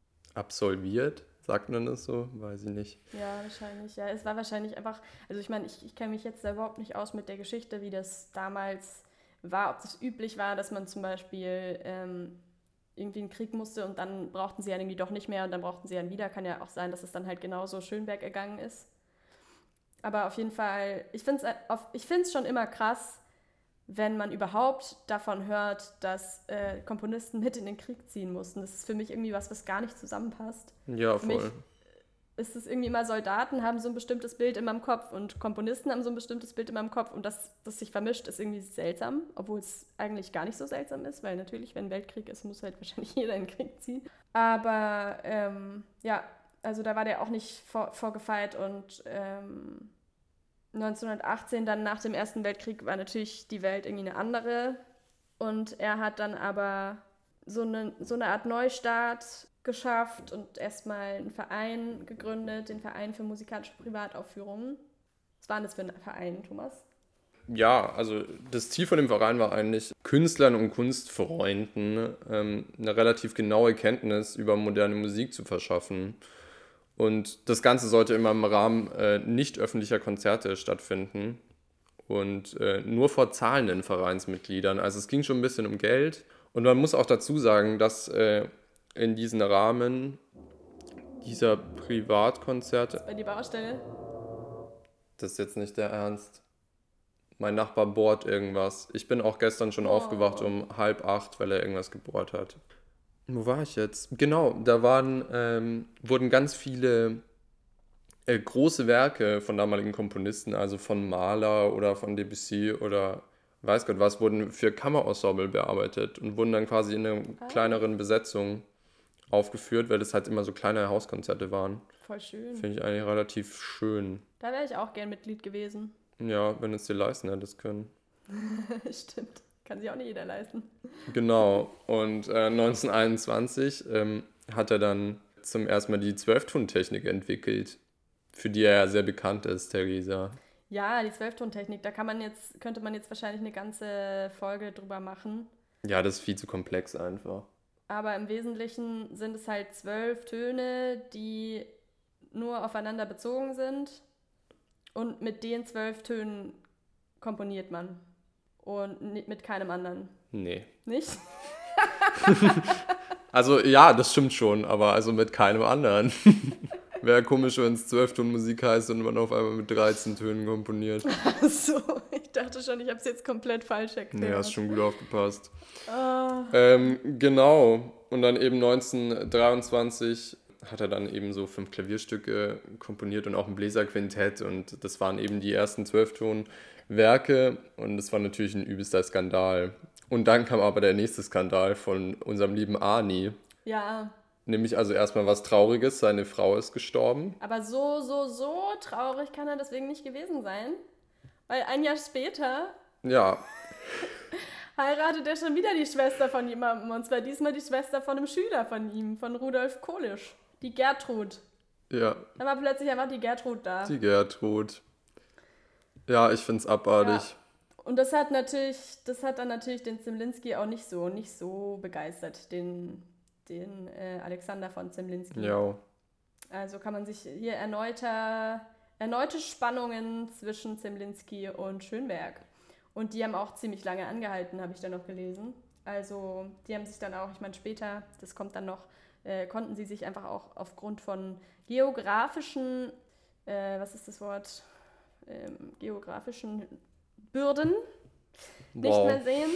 absolviert. Sagt man das so? Weiß ich nicht. Ja, wahrscheinlich. Ja, es war wahrscheinlich einfach, also ich meine, ich, ich kenne mich jetzt da überhaupt nicht aus mit der Geschichte, wie das damals war, ob das üblich war, dass man zum Beispiel ähm, irgendwie in den Krieg musste und dann brauchten sie ja irgendwie doch nicht mehr und dann brauchten sie dann wieder. Kann ja auch sein, dass es dann halt genauso Schönberg ergangen ist. Aber auf jeden Fall, ich finde es ich find's schon immer krass, wenn man überhaupt davon hört, dass äh, Komponisten mit in den Krieg ziehen mussten. Das ist für mich irgendwie was, was gar nicht zusammenpasst. Ja, für voll. mich ist es irgendwie immer, Soldaten haben so ein bestimmtes Bild in meinem Kopf und Komponisten haben so ein bestimmtes Bild in meinem Kopf und das, das sich vermischt, ist irgendwie seltsam, obwohl es eigentlich gar nicht so seltsam ist, weil natürlich, wenn Weltkrieg ist, muss halt wahrscheinlich jeder in den Krieg ziehen. Aber ähm, ja, also da war der auch nicht vor, vorgefeilt und ähm, neunzehnhundertachtzehn, dann nach dem Ersten Weltkrieg, war natürlich die Welt irgendwie eine andere und er hat dann aber so eine, so eine Art Neustart geschafft und erstmal einen Verein gegründet, den Verein für musikalische Privataufführungen. Was war denn das für ein Verein, Thomas? Ja, also das Ziel von dem Verein war eigentlich, Künstlern und Kunstfreunden ähm, eine relativ genaue Kenntnis über moderne Musik zu verschaffen. Und das Ganze sollte immer im Rahmen äh, nicht öffentlicher Konzerte stattfinden und äh, nur vor zahlenden Vereinsmitgliedern. Also es ging schon ein bisschen um Geld. Und man muss auch dazu sagen, dass äh, in diesen Rahmen dieser Privatkonzerte... Bei die Baustelle? Das ist jetzt nicht der Ernst. Mein Nachbar bohrt irgendwas. Ich bin auch gestern schon Oh. aufgewacht um halb acht, weil er irgendwas gebohrt hat. Wo war ich jetzt? Genau, da waren, ähm, wurden ganz viele äh, große Werke von damaligen Komponisten, also von Mahler oder von Debussy oder weiß Gott was, wurden für Kammerensemble bearbeitet und wurden dann quasi in einer Ah. kleineren Besetzung aufgeführt, weil das halt immer so kleine Hauskonzerte waren. Voll schön. Finde ich eigentlich relativ schön. Da wäre ich auch gern Mitglied gewesen. Ja, wenn es dir leisten hättest können. Stimmt. Kann sich auch nicht jeder leisten. Genau. Und äh, neunzehnhunderteinundzwanzig ähm, hat er dann zum ersten Mal die Zwölftontechnik entwickelt, für die er ja sehr bekannt ist, Theresa. Ja, die Zwölftontechnik, da kann man jetzt, könnte man jetzt wahrscheinlich eine ganze Folge drüber machen. Ja, das ist viel zu komplex einfach. Aber im Wesentlichen sind es halt zwölf Töne, die nur aufeinander bezogen sind. Und mit den zwölf Tönen komponiert man. Und ni- mit keinem anderen. Nee. Nicht? Also ja, das stimmt schon, aber also mit keinem anderen. Wäre komisch, wenn es Zwölftonmusik heißt und man auf einmal mit dreizehn Tönen komponiert. Ach so, ich dachte schon, ich habe es jetzt komplett falsch erklärt. Nee, hast schon gut aufgepasst. Ah, Ähm, genau. Und dann eben neunzehnhundertdreiundzwanzig hat er dann eben so fünf Klavierstücke komponiert und auch ein Bläserquintett. Und das waren eben die ersten Zwölftonwerke. Und das war natürlich ein übelster Skandal. Und dann kam aber der nächste Skandal von unserem lieben Arni. ja, Nämlich also erstmal was Trauriges. Seine Frau ist gestorben. aber so, so, so traurig kann er deswegen nicht gewesen sein. Weil ein Jahr später Ja, heiratet er schon wieder die Schwester von jemandem. Und zwar diesmal die Schwester von einem Schüler von ihm, von Rudolf Kolisch. Die Gertrud. ja, Da war plötzlich einfach die Gertrud da. die Gertrud. Ja, ich find's abartig. Und das hat natürlich, das hat dann natürlich den Zemlinsky auch nicht so, nicht so begeistert, den, den äh, Alexander von Zemlinsky. Ja. Also kann man sich hier erneuter, erneute Spannungen zwischen Zemlinsky und Schönberg. Und die haben auch ziemlich lange angehalten, habe ich dann noch gelesen. Also die haben sich dann auch, ich meine später, das kommt dann noch, äh, konnten sie sich einfach auch aufgrund von geografischen, äh, was ist das Wort, ähm, geografischen Bürden nicht Wow. mehr sehen.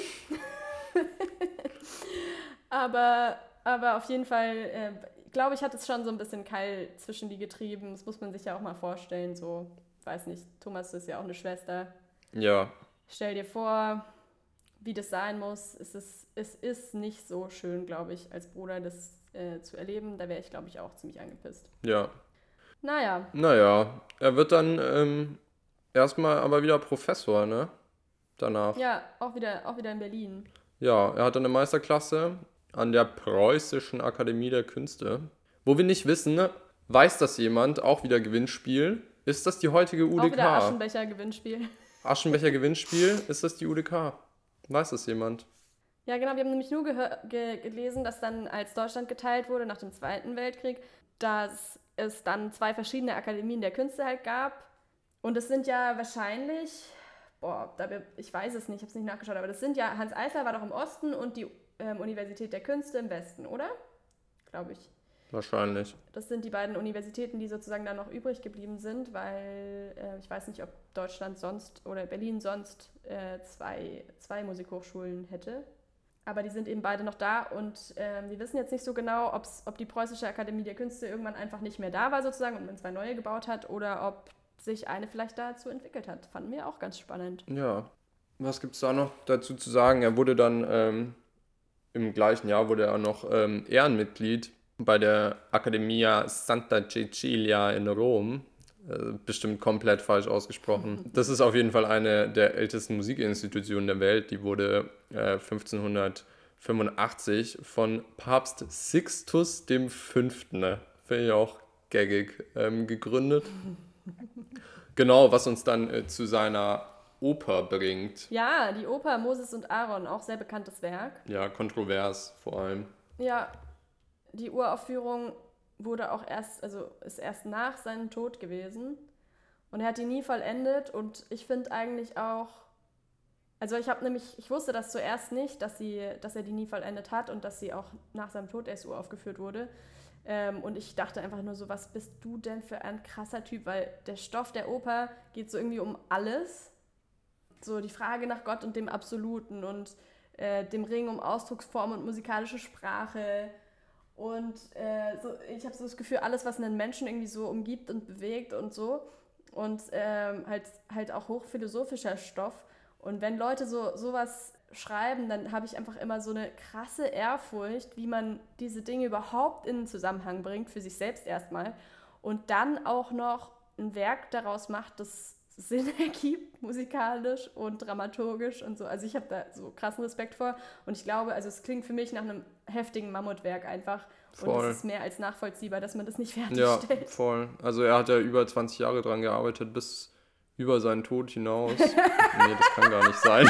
aber, aber auf jeden Fall, äh, glaube ich, hat es schon so ein bisschen Keil zwischen die getrieben. Das muss man sich ja auch mal vorstellen. So, weiß nicht, Thomas ist ja auch eine Schwester. Ja. Stell dir vor, wie das sein muss. Es ist, es ist nicht so schön, glaube ich, als Bruder das äh, zu erleben. Da wäre ich, glaube ich, auch ziemlich angepisst. Ja. Naja, Naja, er wird dann ähm, erstmal aber wieder Professor, ne? Danach. ja, auch wieder, auch wieder in Berlin. Ja, er hat dann eine Meisterklasse an der Preußischen Akademie der Künste. Wo wir nicht wissen, ne? Weiß das jemand? Auch wieder Gewinnspiel. Ist das die heutige U Auch D wieder K? Aschenbecher-Gewinnspiel. Aschenbecher Gewinnspiel? Ist das die U D K? Weiß das jemand? Ja, genau, wir haben nämlich nur gehör- ge- gelesen, dass dann, als Deutschland geteilt wurde nach dem Zweiten Weltkrieg, dass es dann zwei verschiedene Akademien der Künste halt gab. Und es sind ja wahrscheinlich, boah, da wir, ich weiß es nicht, ich habe es nicht nachgeschaut, aber das sind ja, Hans Eisler war doch im Osten und die ähm, Universität der Künste im Westen, oder? Glaube ich. Wahrscheinlich. Das sind die beiden Universitäten, die sozusagen dann noch übrig geblieben sind, weil äh, ich weiß nicht, ob Deutschland sonst oder Berlin sonst äh, zwei, zwei Musikhochschulen hätte. Aber die sind eben beide noch da und ähm, wir wissen jetzt nicht so genau, ob's, ob die Preußische Akademie der Künste irgendwann einfach nicht mehr da war sozusagen und man zwei neue gebaut hat oder ob sich eine vielleicht dazu entwickelt hat. Fanden wir auch ganz spannend. Ja. Was gibt es da noch dazu zu sagen? Er wurde dann ähm, im gleichen Jahr wurde er noch ähm, Ehrenmitglied bei der Accademia Santa Cecilia in Rom. Äh, bestimmt komplett falsch ausgesprochen. Das ist auf jeden Fall eine der ältesten Musikinstitutionen der Welt. Die wurde äh, fünfzehnhundertfünfundachtzig von Papst Sixtus dem Fünften, ne? Finde ich auch gaggig, ähm, gegründet. Genau, was uns dann äh, zu seiner Oper bringt. Ja, die Oper Moses und Aaron, auch sehr bekanntes Werk. Ja, kontrovers vor allem. Ja, die Uraufführung wurde auch erst, also ist erst nach seinem Tod gewesen und er hat die nie vollendet und ich finde eigentlich auch, also ich habe nämlich, ich wusste das zuerst nicht, dass sie, dass er die nie vollendet hat und dass sie auch nach seinem Tod erst uraufgeführt wurde ähm, und ich dachte einfach nur so, was bist du denn für ein krasser Typ, weil der Stoff der Oper geht so irgendwie um alles, so die Frage nach Gott und dem Absoluten und äh, dem Ring um Ausdrucksform und musikalische Sprache. Und äh, so, ich habe so das Gefühl, alles, was einen Menschen irgendwie so umgibt und bewegt und so. Und ähm, halt, halt auch hochphilosophischer Stoff. Und wenn Leute so sowas schreiben, dann habe ich einfach immer so eine krasse Ehrfurcht, wie man diese Dinge überhaupt in einen Zusammenhang bringt, für sich selbst erstmal. Und dann auch noch ein Werk daraus macht, das Sinn ergibt, musikalisch und dramaturgisch und so. Also ich habe da so krassen Respekt vor und ich glaube, also es klingt für mich nach einem heftigen Mammutwerk einfach. Voll. Und es ist mehr als nachvollziehbar, dass man das nicht fertigstellt. Ja, voll. Also er hat ja über zwanzig Jahre dran gearbeitet, bis über seinen Tod hinaus. Nee, das kann gar nicht sein.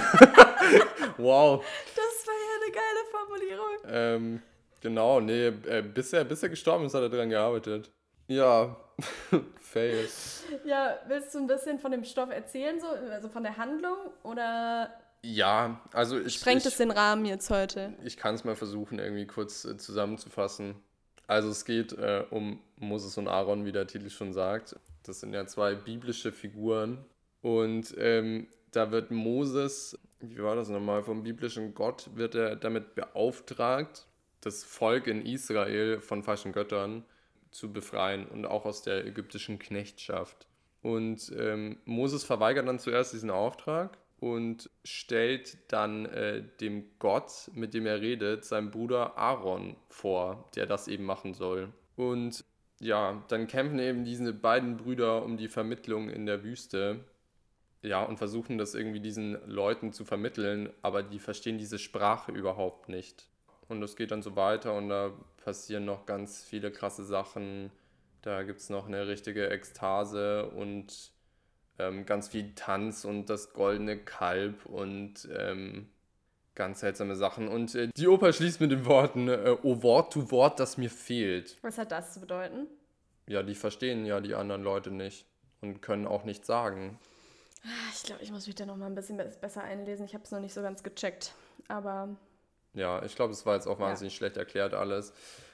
Wow. Das war ja eine geile Formulierung. Ähm, genau, nee, äh, bis, er, bis er gestorben ist, hat er dran gearbeitet. Ja, fail. Ja, willst du ein bisschen von dem Stoff erzählen, so, also von der Handlung, oder ja, also ich... Sprengt ich, es den Rahmen jetzt heute? Ich kann es mal versuchen, irgendwie kurz äh, zusammenzufassen. Also es geht äh, um Moses und Aaron, wie der Titel schon sagt. Das sind ja zwei biblische Figuren. Und ähm, da wird Moses, wie war das nochmal, vom biblischen Gott wird er damit beauftragt, das Volk in Israel von falschen Göttern zu befreien und auch aus der ägyptischen Knechtschaft. Und ähm, Moses verweigert dann zuerst diesen Auftrag und stellt dann äh, dem Gott, mit dem er redet, seinem Bruder Aaron vor, der das eben machen soll. Und ja, dann kämpfen eben diese beiden Brüder um die Vermittlung in der Wüste. Ja, und versuchen das irgendwie diesen Leuten zu vermitteln, aber die verstehen diese Sprache überhaupt nicht. Und das geht dann so weiter und da passieren noch ganz viele krasse Sachen. Da gibt es noch eine richtige Ekstase und ähm, ganz viel Tanz und das goldene Kalb und ähm, ganz seltsame Sachen. Und äh, die Oper schließt mit den Worten, äh, O Wort zu Wort, das mir fehlt. Was hat das zu bedeuten? Ja, die verstehen ja die anderen Leute nicht und können auch nichts sagen. Ich glaube, ich muss mich da noch mal ein bisschen besser einlesen. Ich habe es noch nicht so ganz gecheckt, aber... Ja, ich glaube, es war jetzt auch wahnsinnig ja. schlecht erklärt alles.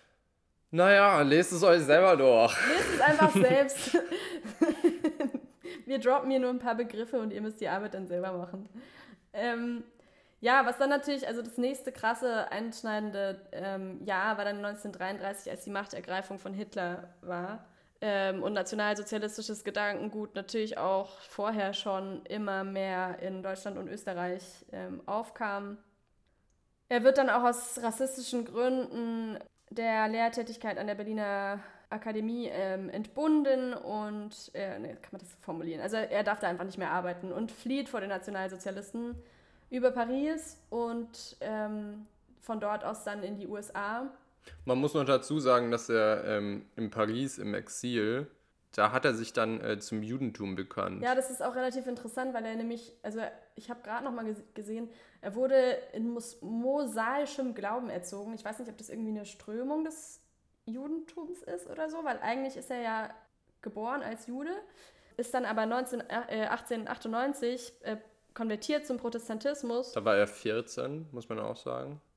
Naja, lest es euch selber durch. Lest es einfach selbst. Wir droppen hier nur ein paar Begriffe und ihr müsst die Arbeit dann selber machen. Ähm, ja, was dann natürlich, also das nächste krasse, einschneidende ähm, Jahr war dann neunzehnhundertdreiunddreißig, als die Machtergreifung von Hitler war. Ähm, und nationalsozialistisches Gedankengut natürlich auch vorher schon immer mehr in Deutschland und Österreich ähm, aufkam. Er wird dann auch aus rassistischen Gründen der Lehrtätigkeit an der Berliner Akademie ähm, entbunden und, äh, ne, kann man das formulieren, also er darf da einfach nicht mehr arbeiten und flieht vor den Nationalsozialisten über Paris und ähm, von dort aus dann in die U S A. Man muss noch dazu sagen, dass er ähm, in Paris im Exil, da hat er sich dann äh, zum Judentum bekannt. Ja, das ist auch relativ interessant, weil er nämlich, also ich habe gerade noch mal gesehen, er wurde in mos- mosaischem Glauben erzogen. Ich weiß nicht, ob das irgendwie eine Strömung des Judentums ist oder so, weil eigentlich ist er ja geboren als Jude, ist dann aber neunzehn, äh, achtzehnhundertachtundneunzig äh, konvertiert zum Protestantismus. Da war er vierzehn, muss man auch sagen.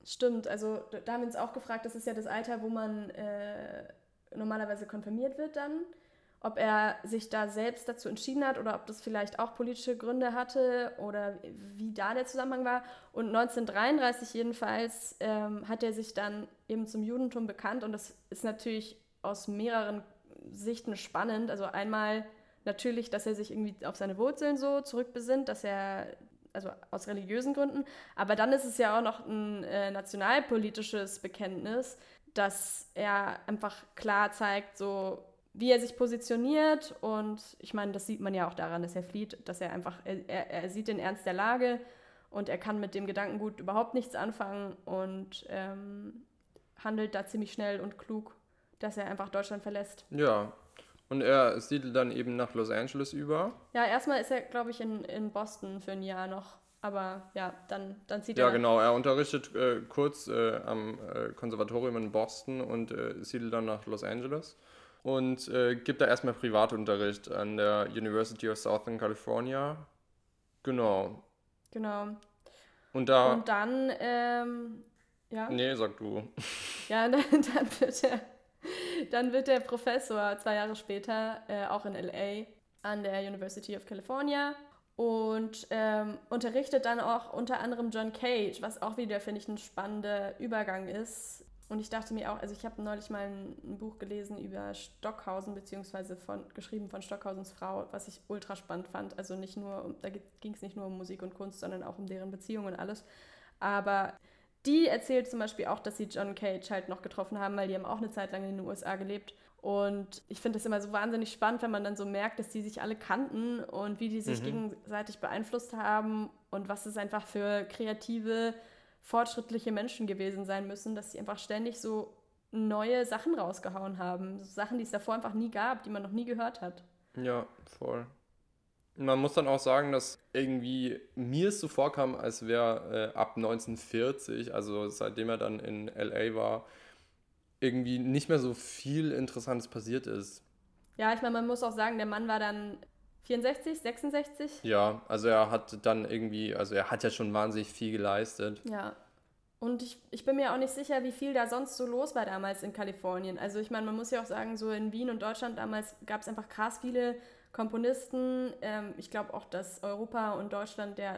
Stimmt, also da da haben wir uns auch gefragt, das ist ja das Alter, wo man äh, normalerweise konfirmiert wird dann, ob er sich da selbst dazu entschieden hat oder ob das vielleicht auch politische Gründe hatte oder wie da der Zusammenhang war. Und neunzehnhundertdreiunddreißig jedenfalls ähm, hat er sich dann eben zum Judentum bekannt und das ist natürlich aus mehreren Sichten spannend. Also einmal natürlich, dass er sich irgendwie auf seine Wurzeln so zurückbesinnt, dass er, also aus religiösen Gründen, aber dann ist es ja auch noch ein äh, nationalpolitisches Bekenntnis, dass er einfach klar zeigt, so wie er sich positioniert und ich meine, das sieht man ja auch daran, dass er flieht, dass er einfach, er, er sieht den Ernst der Lage und er kann mit dem Gedankengut überhaupt nichts anfangen und ähm, handelt da ziemlich schnell und klug, dass er einfach Deutschland verlässt. Ja, und er siedelt dann eben nach Los Angeles über. Ja, erstmal ist er, glaube ich, in, in Boston für ein Jahr noch, aber ja, dann, dann zieht Ja, er... genau, er unterrichtet äh, kurz äh, am äh, Konservatorium in Boston und äh, siedelt dann nach Los Angeles. Und äh, gibt da erstmal Privatunterricht an der University of Southern California. Genau. Genau. Und da... Und dann, ähm, ja... Nee, sag du. Ja, dann, dann, wird er, dann wird der Professor zwei Jahre später äh, auch in L A an der University of California und ähm, unterrichtet dann auch unter anderem John Cage, was auch wieder, finde ich, ein spannender Übergang ist. Und ich dachte mir auch, also ich habe neulich mal ein, ein Buch gelesen über Stockhausen, beziehungsweise von, geschrieben von Stockhausens Frau, was ich ultra spannend fand. Also nicht nur, um, da ging es nicht nur um Musik und Kunst, sondern auch um deren Beziehungen und alles. Aber die erzählt zum Beispiel auch, dass sie John Cage halt noch getroffen haben, weil die haben auch eine Zeit lang in den U S A gelebt. Und ich finde das immer so wahnsinnig spannend, wenn man dann so merkt, dass die sich alle kannten und wie die sich mhm. gegenseitig beeinflusst haben und was es einfach für kreative, fortschrittliche Menschen gewesen sein müssen, dass sie einfach ständig so neue Sachen rausgehauen haben. So Sachen, die es davor einfach nie gab, die man noch nie gehört hat. Ja, voll. Man muss dann auch sagen, dass irgendwie mir es so vorkam, als wäre äh, ab neunzehnhundertvierzig, also seitdem er dann in L A war, irgendwie nicht mehr so viel Interessantes passiert ist. Ja, ich meine, man muss auch sagen, der Mann war dann vierundsechzig, sechsundsechzig? Ja, also er hat dann irgendwie, also er hat ja schon wahnsinnig viel geleistet. Ja, und ich, ich bin mir auch nicht sicher, wie viel da sonst so los war damals in Kalifornien. Also ich meine, man muss ja auch sagen, so in Wien und Deutschland damals gab es einfach krass viele Komponisten. Ähm, ich glaube auch, dass Europa und Deutschland der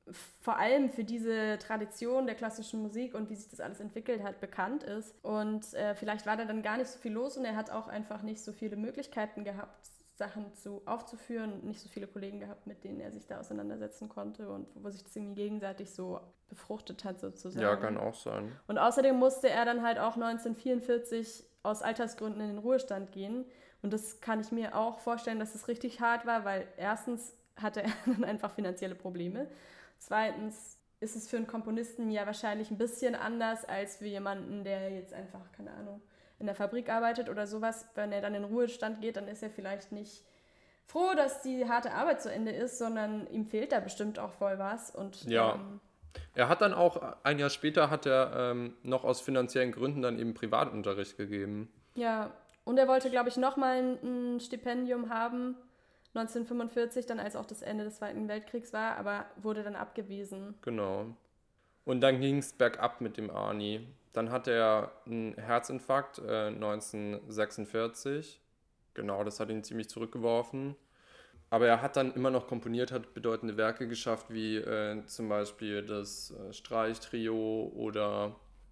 vor allem für diese Tradition der klassischen Musik und wie sich das alles entwickelt hat, bekannt ist. Und äh, vielleicht war da dann gar nicht so viel los und er hat auch einfach nicht so viele Möglichkeiten gehabt, Sachen zu, aufzuführen, nicht so viele Kollegen gehabt, mit denen er sich da auseinandersetzen konnte und wo sich das irgendwie gegenseitig so befruchtet hat sozusagen. Ja, kann auch sein. Und außerdem musste er dann halt auch neunzehnhundertvierundvierzig aus Altersgründen in den Ruhestand gehen und das kann ich mir auch vorstellen, dass es richtig hart war, weil erstens hatte er dann einfach finanzielle Probleme, zweitens ist es für einen Komponisten ja wahrscheinlich ein bisschen anders als für jemanden, der jetzt einfach, keine Ahnung, in der Fabrik arbeitet oder sowas, wenn er dann in den Ruhestand geht, dann ist er vielleicht nicht froh, dass die harte Arbeit zu Ende ist, sondern ihm fehlt da bestimmt auch voll was. Und, ja, ähm, er hat dann auch, ein Jahr später hat er ähm, noch aus finanziellen Gründen dann eben Privatunterricht gegeben. Ja, und er wollte, glaube ich, nochmal ein, ein Stipendium haben, neunzehnhundertfünfundvierzig, dann als auch das Ende des Zweiten Weltkriegs war, aber wurde dann abgewiesen. Genau. Und dann ging es bergab mit dem Arni. Dann hatte er einen Herzinfarkt äh, neunzehnhundertsechsundvierzig. Genau, das hat ihn ziemlich zurückgeworfen. Aber er hat dann immer noch komponiert, hat bedeutende Werke geschafft, wie äh, zum Beispiel das äh, Streichtrio oder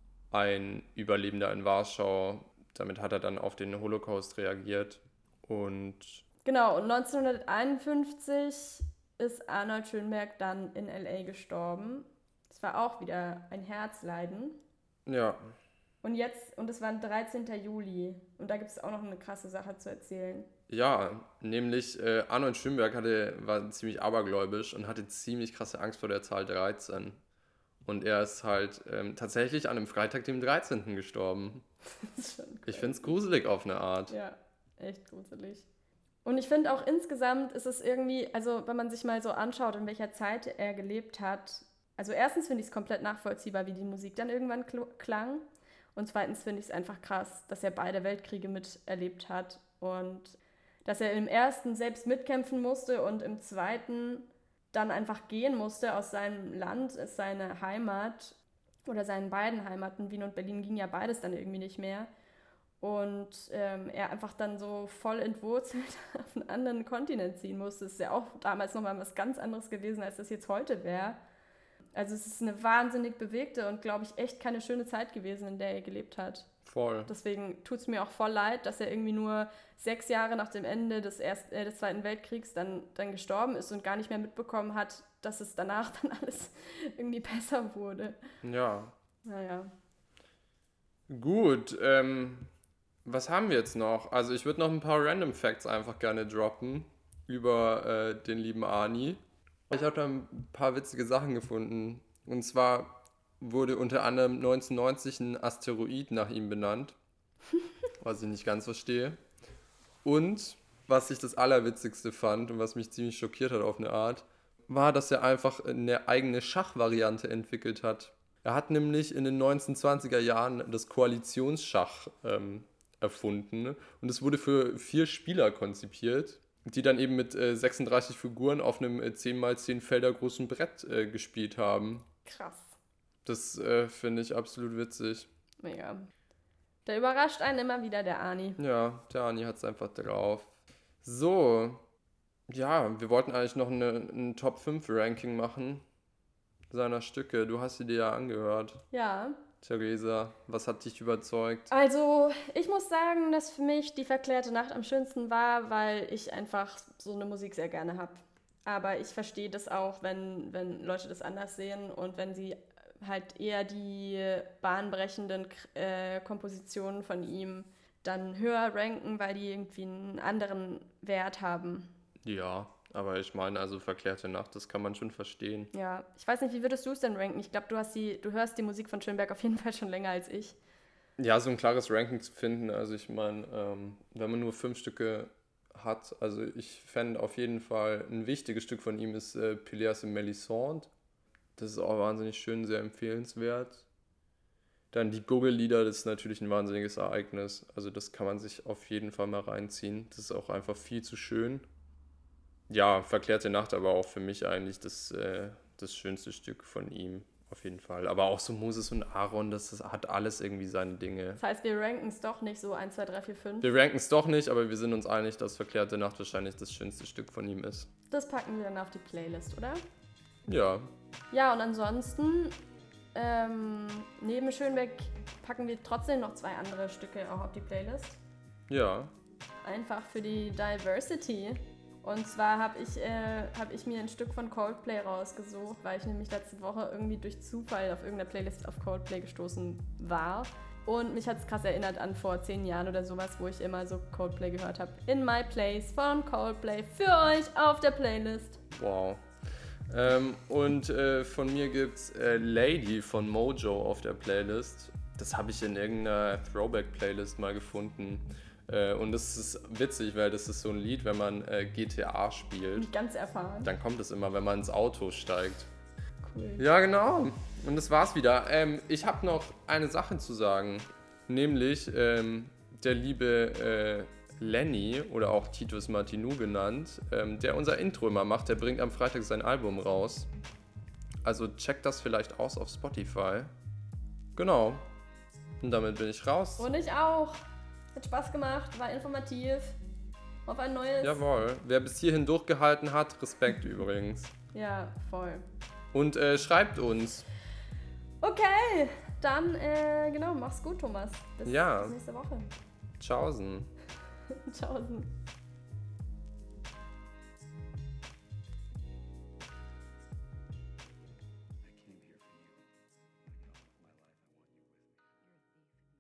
ein Überlebender in Warschau. Damit hat er dann auf den Holocaust reagiert. Und genau, und neunzehnhunderteinundfünfzig ist Arnold Schönberg dann in L A gestorben. Das war auch wieder ein Herzleiden. Ja. Und jetzt, und es war der dreizehnten Juli. Und da gibt es auch noch eine krasse Sache zu erzählen. Ja, nämlich äh, Arnold Schönberg hatte, war ziemlich abergläubisch und hatte ziemlich krasse Angst vor der Zahl dreizehn. Und er ist halt ähm, tatsächlich an einem Freitag, dem dreizehnten gestorben. Das ist schon crazy. Ich finde es gruselig auf eine Art. Ja, echt gruselig. Und ich finde auch insgesamt ist es irgendwie, also wenn man sich mal so anschaut, in welcher Zeit er gelebt hat, also erstens finde ich es komplett nachvollziehbar, wie die Musik dann irgendwann kl- klang. Und zweitens finde ich es einfach krass, dass er beide Weltkriege miterlebt hat und dass er im ersten selbst mitkämpfen musste und im zweiten dann einfach gehen musste aus seinem Land, ist seine Heimat oder seinen beiden Heimaten, Wien und Berlin, ging ja beides dann irgendwie nicht mehr. Und ähm, er einfach dann so voll entwurzelt auf einen anderen Kontinent ziehen musste. Das ist ja auch damals nochmal was ganz anderes gewesen, als das jetzt heute wäre. Also es ist eine wahnsinnig bewegte und, glaube ich, echt keine schöne Zeit gewesen, in der er gelebt hat. Voll. Deswegen tut es mir auch voll leid, dass er irgendwie nur sechs Jahre nach dem Ende des, Erst-, äh, des Zweiten Weltkriegs dann, dann gestorben ist und gar nicht mehr mitbekommen hat, dass es danach dann alles irgendwie besser wurde. Ja. Naja. Gut, ähm, was haben wir jetzt noch? Also ich würde noch ein paar Random Facts einfach gerne droppen über äh, den lieben Arni. Ich habe da ein paar witzige Sachen gefunden. Und zwar wurde unter anderem neunzehnhundertneunzig ein Asteroid nach ihm benannt, was ich nicht ganz verstehe. Und was ich das Allerwitzigste fand und was mich ziemlich schockiert hat auf eine Art, war, dass er einfach eine eigene Schachvariante entwickelt hat. Er hat nämlich in den neunzehnhundertzwanziger Jahren das Koalitionsschach ähm, erfunden und es wurde für vier Spieler konzipiert, die dann eben mit äh, sechsunddreißig Figuren auf einem äh, zehn mal zehn Felder großen Brett äh, gespielt haben. Krass. Das äh, finde ich absolut witzig. Mega. Da überrascht einen immer wieder der Arni. Ja, der Arni hat es einfach drauf. So, ja, wir wollten eigentlich noch eine, ein Top fünf Ranking machen seiner Stücke. Du hast sie dir ja angehört. Ja. Theresa, was hat dich überzeugt? Also, ich muss sagen, dass für mich die verklärte Nacht am schönsten war, weil ich einfach so eine Musik sehr gerne habe. Aber ich verstehe das auch, wenn, wenn Leute das anders sehen und wenn sie halt eher die bahnbrechenden äh, Kompositionen von ihm dann höher ranken, weil die irgendwie einen anderen Wert haben. Ja, aber ich meine, also verklärte Nacht, das kann man schon verstehen. Ja, ich weiß nicht, wie würdest du es denn ranken? Ich glaube, du hast die, du hörst die Musik von Schönberg auf jeden Fall schon länger als ich. Ja, so ein klares Ranking zu finden, also ich meine, ähm, wenn man nur fünf Stücke hat, also ich fände auf jeden Fall, ein wichtiges Stück von ihm ist äh, Péléas et Mélisande. Das ist auch wahnsinnig schön, sehr empfehlenswert. Dann die Guggellieder, das ist natürlich ein wahnsinniges Ereignis. Also das kann man sich auf jeden Fall mal reinziehen. Das ist auch einfach viel zu schön. Ja, Verklärte Nacht aber auch für mich eigentlich das, äh, das schönste Stück von ihm. Auf jeden Fall. Aber auch so Moses und Aaron, das, das hat alles irgendwie seine Dinge. Das heißt, wir ranken es doch nicht so eins, zwei, drei, vier, fünf. Wir ranken es doch nicht, aber wir sind uns einig, dass Verklärte Nacht wahrscheinlich das schönste Stück von ihm ist. Das packen wir dann auf die Playlist, oder? Ja. Ja, und ansonsten, ähm, neben Schönberg packen wir trotzdem noch zwei andere Stücke auch auf die Playlist. Ja. Einfach für die Diversity. Und zwar habe ich, äh, hab ich mir ein Stück von Coldplay rausgesucht, weil ich nämlich letzte Woche irgendwie durch Zufall auf irgendeiner Playlist auf Coldplay gestoßen war. Und mich hat es krass erinnert an vor zehn Jahren oder sowas, wo ich immer so Coldplay gehört habe. In My Place von Coldplay für euch auf der Playlist. Wow. Ähm, und äh, von mir gibt's äh, Lady von Mojo auf der Playlist. Das habe ich in irgendeiner Throwback-Playlist mal gefunden. Äh, und das ist witzig, weil das ist so ein Lied, wenn man äh, G T A spielt. Ganz erfahren. Dann kommt es immer, wenn man ins Auto steigt. Cool. Ja, genau. Und das war's wieder. Ähm, ich habe noch eine Sache zu sagen. Nämlich ähm, der liebe äh, Lenny, oder auch Titus Martinou genannt, ähm, der unser Intro immer macht, der bringt am Freitag sein Album raus. Also checkt das vielleicht aus auf Spotify. Genau. Und damit bin ich raus. Und ich auch. Hat Spaß gemacht, war informativ. Auf ein neues. Jawohl. Wer bis hierhin durchgehalten hat, Respekt übrigens. Ja, voll. Und äh, schreibt uns. Okay, dann äh, genau, mach's gut, Thomas. Bis, Ja. bis nächste Woche. Tschaußen. Tschaußen.